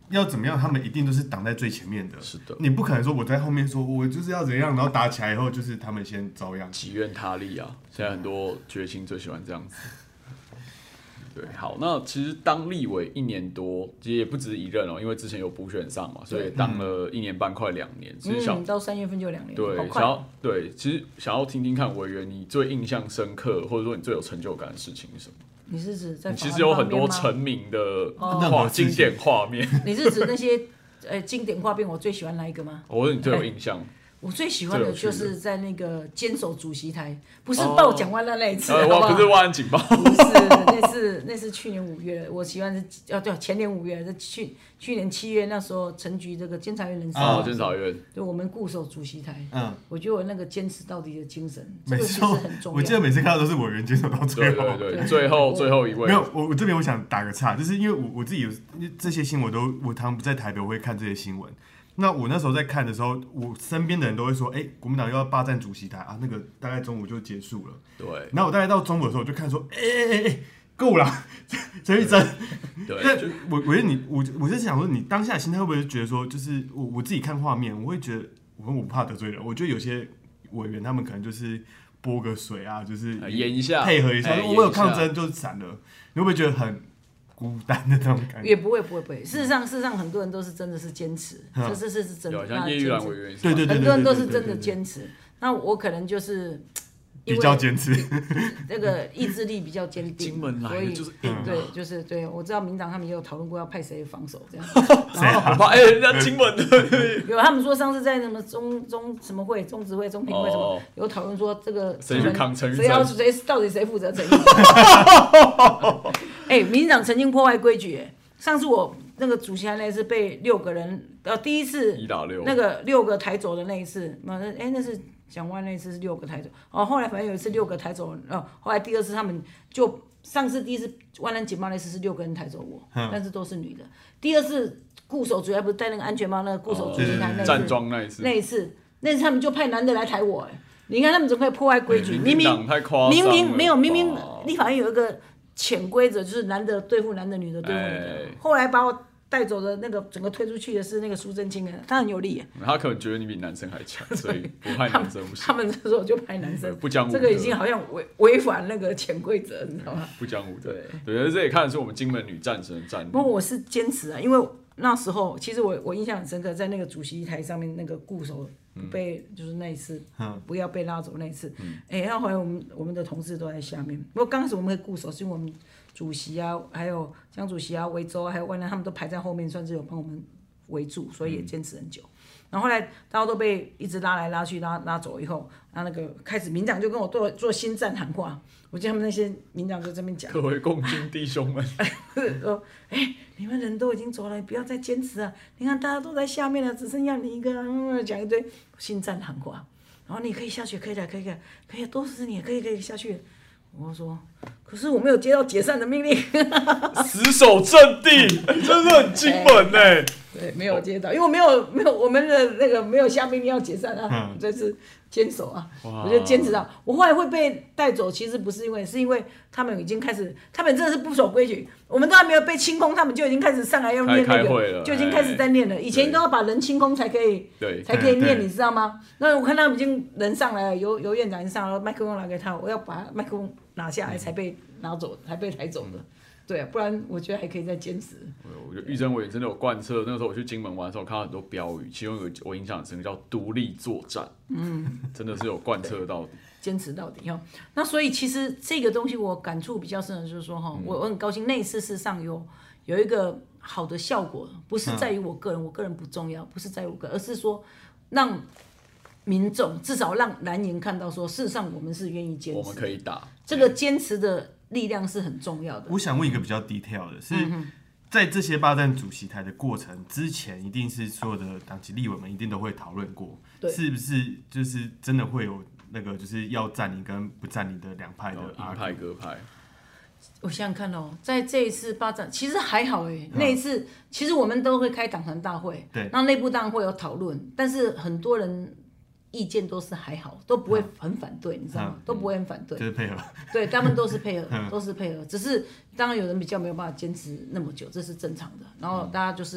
要怎么样，他们一定都是挡在最前面的。 是的， 你不可能说我在后面说我就是要怎样，然后打起来以后就是他们先遭殃。 己愿他利啊！现在很多绝情最喜欢这样子。对，好，那其实当立委1年多，其实也不止一任哦，因为之前有补选上嘛，所以当了1年半，快2年。其实到3月份就2年， 对，其实想要听听看委员你最印象深刻，或者说你最有成就感的事情是什么？ 你是指在其实有很多成名的经典画面。 你是指那些经典画面？我最喜欢哪一个吗？ 我说你最有印象。 我最喜欢的就是在那个坚守主席台，不是报蒋万安那一次，好不好？ 不是万安警报， 不是，那是去年5月，我喜欢是对，前年5月，去年7月那时候陈局这个监察院人事， 监察院， 就我们固守主席台，我觉得我那个坚持到底的精神， 没错， 很重要。 我记得每次看到都是委员坚守到最后， 对，最后一位。 没有，我这边我想打个岔，就是因为我自己有这些新闻我常不在台北，我会看这些新闻。那我那时候在看的时候，我身边的人都会说，国民党又要霸占主席台啊，那个大概中午就结束了。 对。 然后我大概到中午的时候，我就看说，够了，陈玉珍。 对。 但我在想说，你当下的心态会不会觉得说，就是我自己看画面，我会觉得我不怕得罪人，我觉得有些委员他们可能就是拨个水啊，就是演一下， 配合一下，我有抗争就闪了，你会不会觉得很孤单的那种感觉？ 也不会。事实上，很多人都是真的是坚持，这是真的。 像叶玉兰委员， 对， 很多人都是真的坚持。那我可能就是比较坚持， 那个意志力比较坚定， 金门来的就是硬。 对，就是对。我知道民党他们也有讨论过要派谁防守这样。 谁啊？ 人家金门的有，他们说上次在什么中什么会、中执会、中评会什么有讨论说这个谁去扛陈玉珍， 到底谁负责陈玉珍？民进党曾经破坏规矩，上次我那个主席台那次被6个人，第一次 1打6， 那个6个抬走的那一次，那是蒋万那一次是6个抬走，后来反正有一次6个抬走，后来第二次他们就上次第一次万安警报那次是6个人抬走我，但是都是女的。第二次固守主席不是戴那个安全帽，那个固守主席台那一次， 站桩那一次他们就派男的来抬我，你看他们怎么可以破坏规矩？明明立法院有一个潜规则，就是男的对付男的，女的对付女的。后来把我带走的那个整个推出去的是那个苏贞清，他很有力。 他可能觉得你比男生还强，所以不派男生不行。 他们这时候就派男生， 不讲武德。 这个已经好像违反那个潜规则，你知道吗？ 不讲武德。对，这也看得出我们金门女战神的战力。 不过我是坚持啊，因为那时候其实我印象很深刻，在那个主席台上面那个固守被就是那一次不要被拉走那一次，然后后来我们的同事都在下面。不过刚开始我们会固守，是因为我们主席啊，还有江主席啊、维州啊，还有万安他们都排在后面，算是有帮我们围住，所以也坚持很久。然后后来大家都被一直拉来拉去拉走以后，然后那个开始民长就跟我做心战喊话，我记得他们那些民长就这边讲， 各位共军弟兄们， 说你们人都已经走了，不要再坚持啊！你看大家都在下面了，只剩下你一个，讲一堆心战喊话。然后你可以下去，可以的，都是你，可以下去。我说，可是我没有接到解散的命令， 死守阵地，真的很金门呢。 对，没有接到，因为没有我们的那个没有下命令要解散啊，这是坚守啊，我就坚持到我后来会被带走，其实不是因为他们已经开始，他们真的是不守规矩，我们都还没有被清空，他们就已经开始上来要念那个，就已经开始在念了。以前都要把人清空才可以念，你知道吗？那我看他们已经人上来了，由院长已经上来了，麦克风拿给他，我要把麦克风拿下来才被拿走，才被抬走的。对啊，不然我觉得还可以再坚持。 我觉得玉珍委员真的有贯彻。那个时候我去金门玩的时候，看到很多标语，其中有我印象很深，叫“独立作战”。真的是有贯彻到底， 坚持到底哈。那所以其实这个东西我感触比较深的就是说哈，我很高兴那一次事实上有一个好的效果，不是在于我个人，我个人不重要，不是在于我个人，而是说让民众至少让蓝营看到说，事实上我们是愿意坚持， 我们可以打这个坚持的力量是很重要的。 我想问一个比较 detail 的是，在这些霸占主席台的过程之前，一定是所有的党籍立委们一定都会讨论过，是不是就是真的会有那个就是要占领跟不占领的两派的鹰派鸽派？ 我想想看哦，在这一次霸占其实还好那一次其实我们都会开党团大会， 对， 那内部当然会有讨论，但是很多人意见都是还好，都不会很反对，你知道吗？都不会很反对， 就是配合。 对，他们都是配合，都是配合。只是当然有人比较没有办法坚持那么久，这是正常的。然后大家就是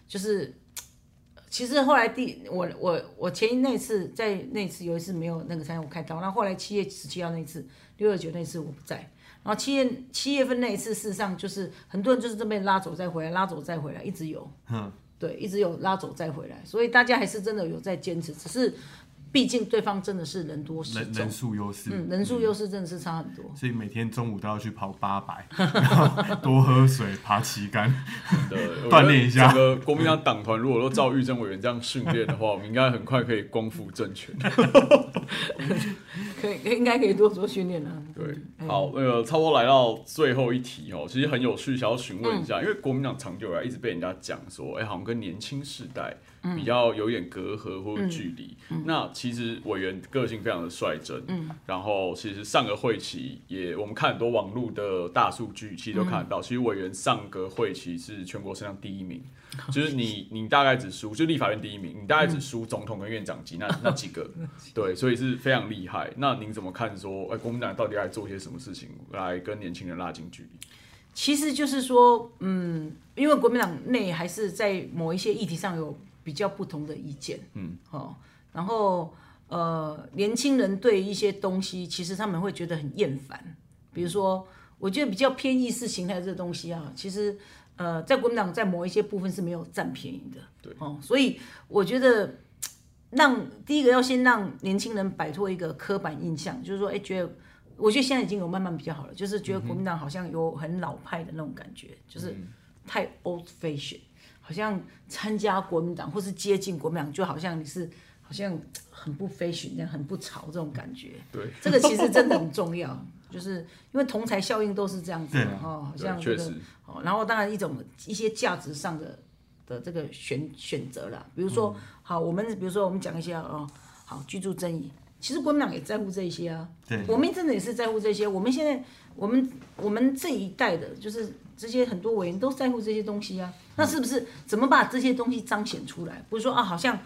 就是其实后来我前那次有一次没有那个参加我开刀，然后后来7月17号那次629那次我不在，然后7月份那一次事实上就是很多人就是这边拉走再回来，拉走再回来，一直有，对，一直有拉走再回来，所以大家还是真的有在坚持，只是毕竟对方真的是人多势众， 人数优势， 人数优势真的是差很多， 所以每天中午都要去跑800，然后多喝水，爬旗杆，锻炼一下。 整个国民党党团如果都照玉珍委员这样训练的话，我们应该很快可以光复政权。 应该可以多做训练了。 对，好，差不多来到最后一题哦，其实很有趣，想要询问一下，因为国民党长久以来一直被人家讲说，好像跟年轻世代比较有点隔阂或者距离。那其实委员个性非常的率真，然后其实上个会期我们看很多网络的大数据，其实都看得到，其实委员上个会期是全国声量第1名，就是你大概只输，就立法院第1名，你大概只输总统跟院长级那几个，对，所以是非常厉害。那您怎么看说，国民党到底在做些什么事情来跟年轻人拉近距离？ 其实就是说，因为国民党内还是在某一些议题上有比较不同的意见，然后年轻人对一些东西，其实他们会觉得很厌烦。比如说，我觉得比较偏意识形态这个东西啊，其实在国民党在某一些部分是没有占便宜的。 对， 所以我觉得第一个要先让年轻人摆脱一个刻板印象，就是说，我觉得现在已经有慢慢比较好了，就是觉得国民党好像有很老派的那种感觉，就是太 old fashion， 好像参加国民党或是接近国民党，就好像你是好像很不 fashion 这样，很不潮这种感觉。 对， 这个其实真的很重要，就是因为同侪效应都是这样子的好像这个然后当然一些价值上的这个选择啦，比如说比如说我们讲一些好居住正义。其实国民党也在乎这些啊，我们真的也是在乎这些。我们现在我们这一代的，就是这些很多委员都在乎这些东西啊。那是不是怎么把这些东西彰显出来？不是说好像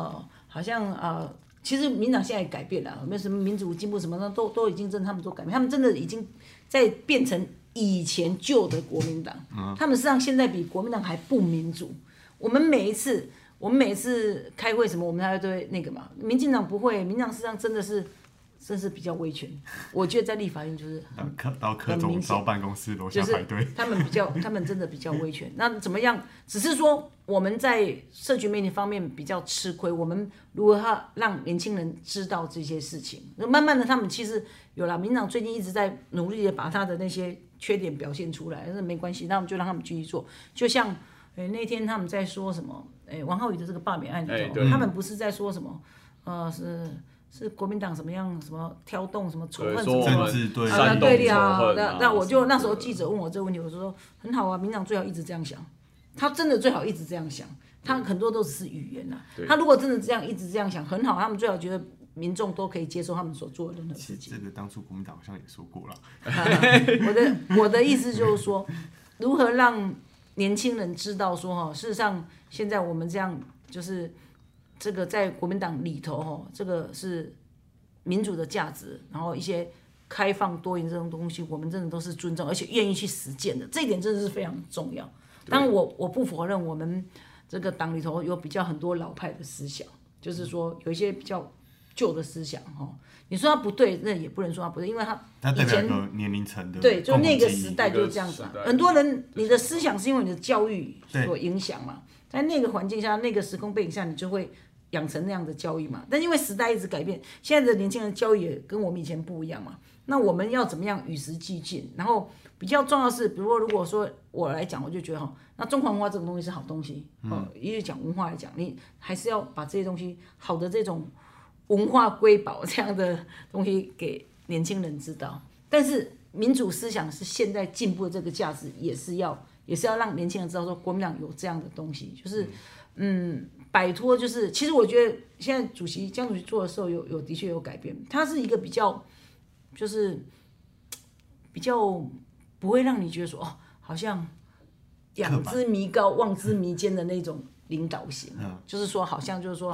其实民进党现在也改变了，没有什么民主进步什么的，都已经他们都改变，他们真的已经在变成以前旧的国民党。他们实际上现在比国民党还不民主。我们每一次开会什么，我们还会那个嘛。民进党不会，民进党实际上真是比较威权。我觉得在立法院就是到柯总招办公室楼下排队， 就是他们真的比较威权。那怎么样？只是说我们在社群媒体方面比较吃亏。我们如何让年轻人知道这些事情？慢慢的，他们其实有了。民进党最近一直在努力的把他的那些缺点表现出来，但是没关系，那我们就让他们继续做。就像那天他们在说什么？王浩宇的这个罢免案里头，他们不是在说什么？是国民党什么样什么挑动什么仇恨什么政治对对立啊？那我就那时候记者问我这个问题，我说很好啊，民进党最好一直这样想，他真的最好一直这样想，他很多都只是语言呐。他如果真的一直这样想，很好，他们最好觉得民众都可以接受他们所做的任何事情。 这个当初国民党好像也说过了。 我的意思就是说，如何让年轻人知道说事实上现在我们这样就是这个在国民党里头这个是民主的价值，然后一些开放多元这种东西，我们真的都是尊重，而且愿意去实践的，这一点真的是非常重要。当然我不否认我们这个党里头有比较很多老派的思想，就是说有一些比较旧的思想你说他不对，那也不能说他不对，因为他代表一个年龄层的对，就那个时代就是这样子很多人你的思想是因为你的教育所影响嘛，在那个环境下、那个时空背景下，你就会养成那样的教育嘛。但因为时代一直改变，现在的年轻人教育也跟我们以前不一样嘛。那我们要怎么样与时俱进？然后比较重要的是，比如说如果说我来讲，我就觉得那中华文化这种东西是好东西因为讲文化来讲，你还是要把这些东西好的这种文化瑰宝这样的东西给年轻人知道。但是民主思想是现在进步的这个价值，也是要让年轻人知道说国民党有这样的东西，就是摆脱就是其实我觉得现在江主席做的时候的确有改变，他是一个比较就是比较不会让你觉得说好像仰之弥高望之弥坚的那种领导型，就是说好像就是说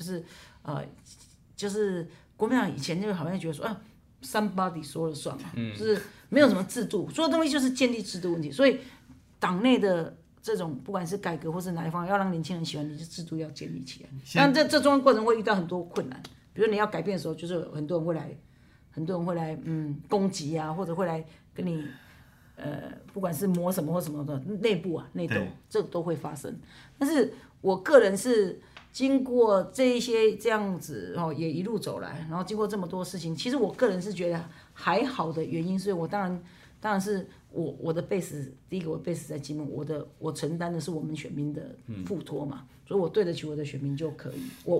就是国民党以前就好像觉得说somebody 说了算嘛，就是没有什么制度，所有东西就是建立制度问题，所以党内的这种不管是改革或是哪一方面，要让年轻人喜欢，你就制度要建立起来。但这中间过程会遇到很多困难，比如你要改变的时候，就是有很多人会来攻击啊，或者会来跟你不管是磨什么或什么的内部啊内斗，这都会发生。但是我个人是经过这一些这样子也一路走来，然后经过这么多事情，其实我个人是觉得还好的原因，所以我当然是我的 base， 第一个我 base 在金门，我承担的是我们选民的付托嘛，所以我对得起我的选民就可以。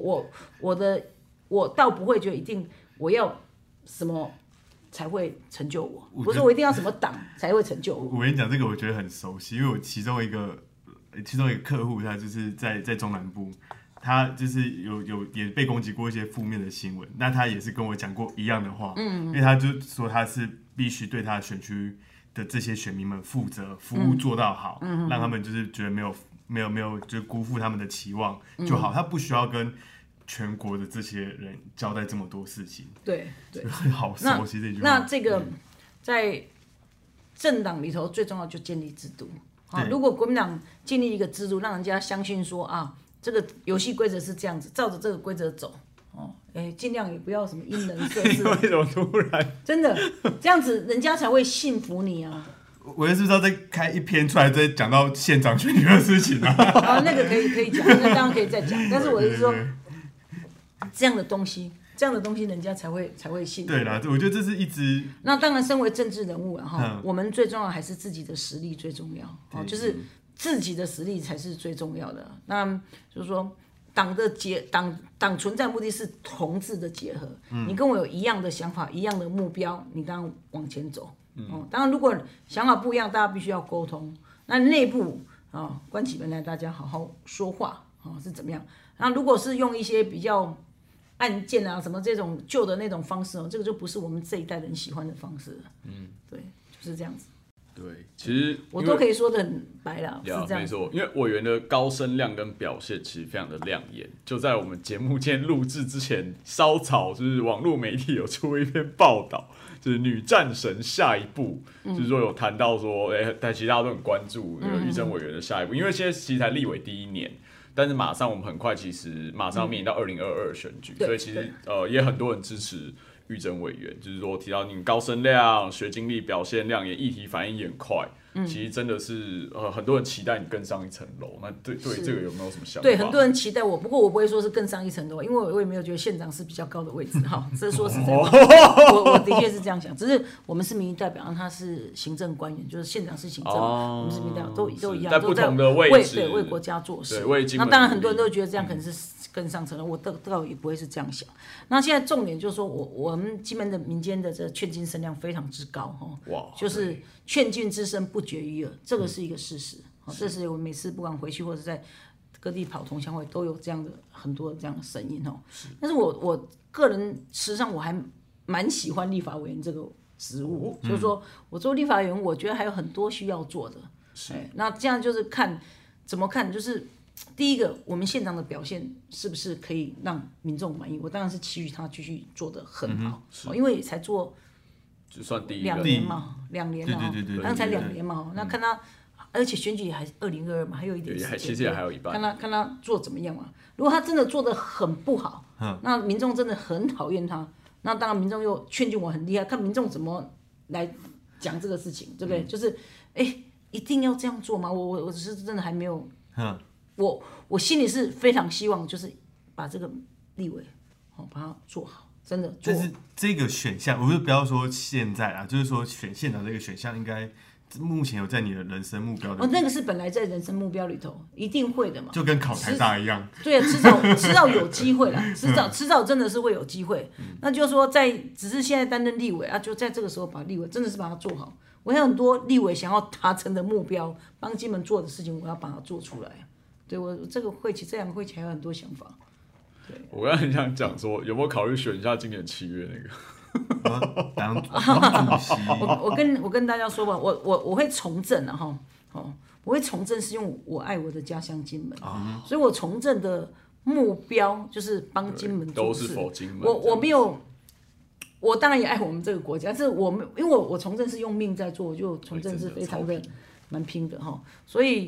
我倒不会觉得一定我要什么才会成就我，不是我一定要什么党才会成就我。 我跟你讲这个，我觉得很熟悉，因为我其中一个客户，他就是在中南部，他就是也被攻击过一些负面的新闻，那他也是跟我讲过一样的话，因为他就说他是必须对他选区的这些选民们负责，服务做到好，让他们就是觉得没有就是辜负他们的期望就好，他不需要跟全国的这些人交代这么多事情。 对， 好熟悉这句话。 那这个在政党里头最重要就建立制度。如果国民党建立一个制度，让人家相信说啊，这个游戏规则是这样子，照着这个规则走，尽量也不要什么因人设事。 为什么突然？ 真的这样子，人家才会信服你啊。 我是不是要再开一篇出来，再讲到县长选举的事情啊？ 那个可以讲，那当然可以再讲。但是我是说，这样的东西，人家才会信。 对啦，我觉得这是一直。 那当然，身为政治人物我们最重要还是自己的实力最重要就是自己的实力才是最重要的。那就是说，党存在目的是同志的结合。你跟我有一样的想法，一样的目标，你当然往前走。当然，如果想法不一样，大家必须要沟通。那内部关起门来，大家好好说话是怎么样？那如果是用一些比较案件啊什么这种旧的那种方式这个就不是我们这一代人喜欢的方式了。对，就是这样子。 对，其实我都可以说得很白了，是这样。 没错，因为委员的高声量跟表现其实非常的亮眼。就在我们节目今天录制之前，稍早就是网络媒体有出一篇报道，就是女战神下一步，就是说有谈到说，但其实大家都很关注那个玉珍委员的下一步，因为现在其实才立委第一年。但是马上我们很快，其实马上面临到2022选举，所以其实也很多人支持玉珍委员，就是说提到你高声量、学经历、表现亮眼、议题反应也很快，其实真的是很多人期待你更上一层楼。那对这个有没有什么想法？ 对，很多人期待我，不过我不会说是更上一层楼，因为我也没有觉得县长是比较高的位置哈。这说实在话，我的确是这样想，只是我们是民意代表，他是行政官员，就是县长是行政，我们是民意代表都一样， 在不同的位置为国家做事。 那当然很多人都觉得这样可能是更上层楼，我倒也不会是这样想。那现在重点就是说我们金门的民间的这劝进声量非常之高就是劝进之声不绝于耳，这个是一个事实。这是我每次不管回去或者在各地跑同乡会都有这样的很多这样的声音但是我个人事实上我还蛮喜欢立法委员这个职务，就是说我做立法委员，我觉得还有很多需要做的。那这样就是怎么看，就是第一个，我们县长的表现是不是可以让民众满意？我当然是期许他继续做得很好，因为才做就算第一 2年嘛，2年嘛， 对， 刚才2年嘛，那看他，而且选举还2022嘛，还有一点时间， 其实也还有一半， 看他做怎么样嘛。如果他真的做得很不好，那民众真的很讨厌他，那当然民众又劝进我很厉害，看民众怎么来讲这个事情，对不对？就是一定要这样做吗？我只是真的还没有，我心里是非常希望，就是把这个立委把它做好，真的做。 但是这个选项，我就不要说现在啦，就是说选县长这个选项，应该目前有在你的人生目标里那个是本来在人生目标里头一定会的嘛， 就跟考台大一样。 对，迟早有机会啦，迟早真的是会有机会。那就是说只是现在担任立委就在这个时候把立委真的是把它做好。我有很多立委想要达成的目标，帮金门做的事情，我要把它做出来。对，我这两个会期还有很多想法。对， 我刚才很想讲说，有没有考虑选一下今年7月那个？ 当主席。 我跟大家说吧，我会从政我会从政是因为我爱我的家乡金门，所以我从政的目标就是帮金门做事。 都是否金门？ 我没有，我当然也爱我们这个国家，这因为我从政是用命在做，我就从政是非常的蛮拼的所以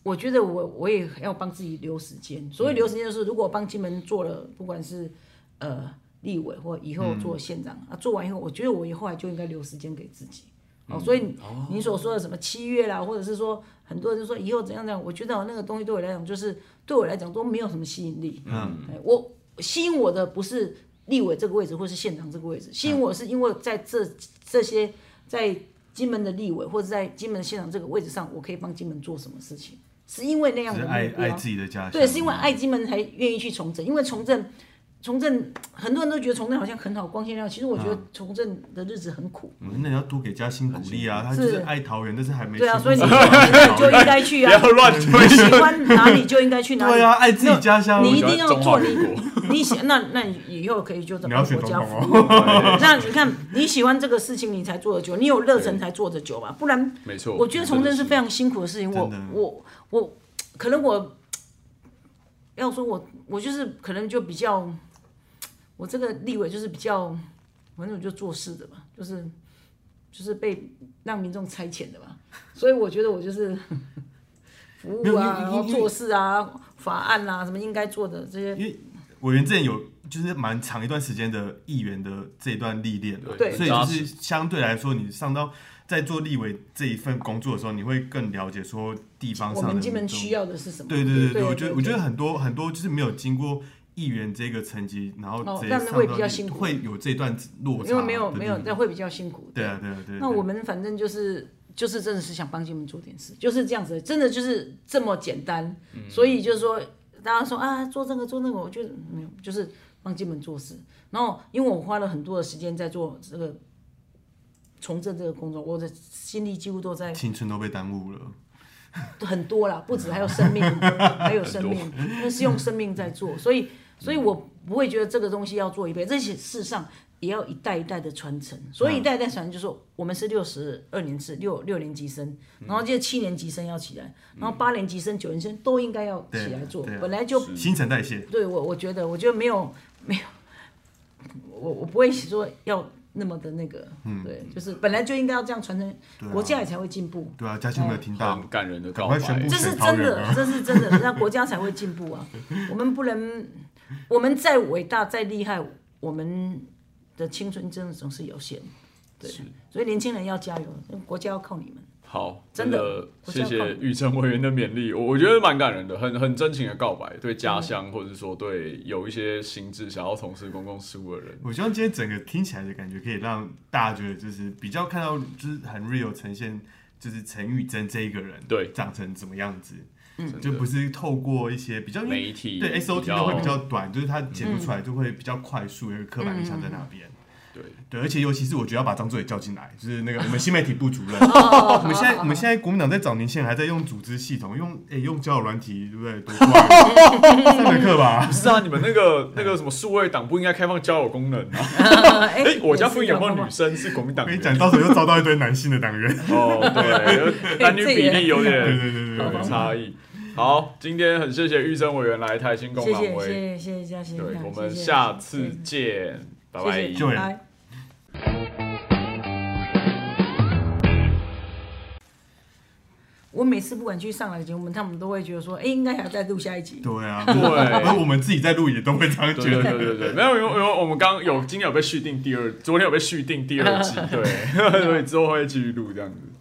我觉得我也要帮自己留时间。所谓留时间，就是如果我帮金门做了，不管是立委或以后做县长做完以后，我觉得我后来就应该留时间给自己。所以你所说的什么7月啦，或者是说很多人就说以后怎样怎样，我觉得那个东西对我来讲，就是对我来讲都没有什么吸引力。我吸引我的不是立委这个位置，或是县长这个位置，吸引我是因为在这些在金门的立委或者在金门的县长这个位置上，我可以帮金门做什么事情，是因为那样的目标， 爱自己的家乡， 对，是因为爱金门才愿意去从政，因为从政很多人都觉得从政好像很好光鲜亮丽，其实我觉得从政的日子很苦。 那你要多给嘉兴鼓励啊，他就是爱桃园，但是还没对啊，所以你就应该去啊， 不要乱推， 喜欢哪里就应该去哪里。 对啊，爱自己家乡， 你一定要做你喜那你以后可以就帮国家服务。那你看你喜欢这个事情，你才做得久，你有热忱才做得久吧，不然没错。 我觉得从政是非常辛苦的事情。我可能我要说我就是可能就比较。我这个立委就是比较，反正我就做事的嘛，就是被让民众差遣的嘛，所以我觉得我就是服务啊，然后做事啊，法案啊，什么应该做的这些。 因为委员之前有就是蛮长一段时间的议员的这一段历练， 对， 所以就是相对来说，你上到在做立委这一份工作的时候，你会更了解说地方上的我们金门需要的是什么。 对，我觉得很多就是没有经过议员这个层级，然后直接上到会比较辛苦， 会有这段落差， 因为没有，那会比较辛苦。 对啊。 那我们反正就是真的是想帮金门做点事，就是这样子，真的就是这么简单。所以就是说，大家说啊，做这个，我觉得没有，就是帮金门做事。然后，因为我花了很多的时间在做这个从政这个工作，我的心力几乎都在， 青春都被耽误了。 很多啦，不止，还有生命，那是用生命在做，所以我不会觉得这个东西要做一辈子，这些事实上也要一代一代的传承。所以一代一代传承，就是说我们是62年制六年级生，然后这7年级生要起来，然后8年级生、9年级生都应该要起来做，本来就新陈代谢。 对，我觉得没有，我不会说要那么的那个，对，就是本来就应该要这样传承，国家也才会进步。 对啊，嘉兴没有听到， 很感人的告白， 这是真的，那国家才会进步啊！我们不能，我们再伟大再厉害，我们的青春真的总是有限，对，所以年轻人要加油，国家要靠你们。 好， 真的谢谢玉成委员的勉励，我觉得蛮感人的，很真情的告白，对家乡或者是说对有一些心智想要从事公共事务的人。 我希望今天整个听起来的感觉可以让大家觉得就是比较看到就是很 real 呈现，就是陈玉珍这一个人对长成怎么样子。就不是透过一些比较媒体对 SOT 都会比较短，就是它剪不出来就会比较快速，有一个刻板印象在那边。对，而且尤其是我觉得要把张作伟叫进来，就是那个我们新媒体部主任。我们现在国民党在找年轻人，还在用组织系统，用交友软体，对不对？多快，3门课吧？ 不是啊，你们那个什么数位党不应该开放交友功能啊？我家附近有没有女生是国民党？ 我跟你讲，到时候又招到一堆男性的党员。 对，男女比例有点对差异。好，今天很谢谢玉珍委员来台新公党委， 谢谢嘉欣， 对，我们下次见，拜拜。 我每次不管去上来的节目，他们都会觉得说，应该还要再录下一集。 对啊，而我们自己在录也都会这样觉得。 对，没有，因为我们今天有被续订昨天有被续订第2季，对，所以之后会继续录这样子。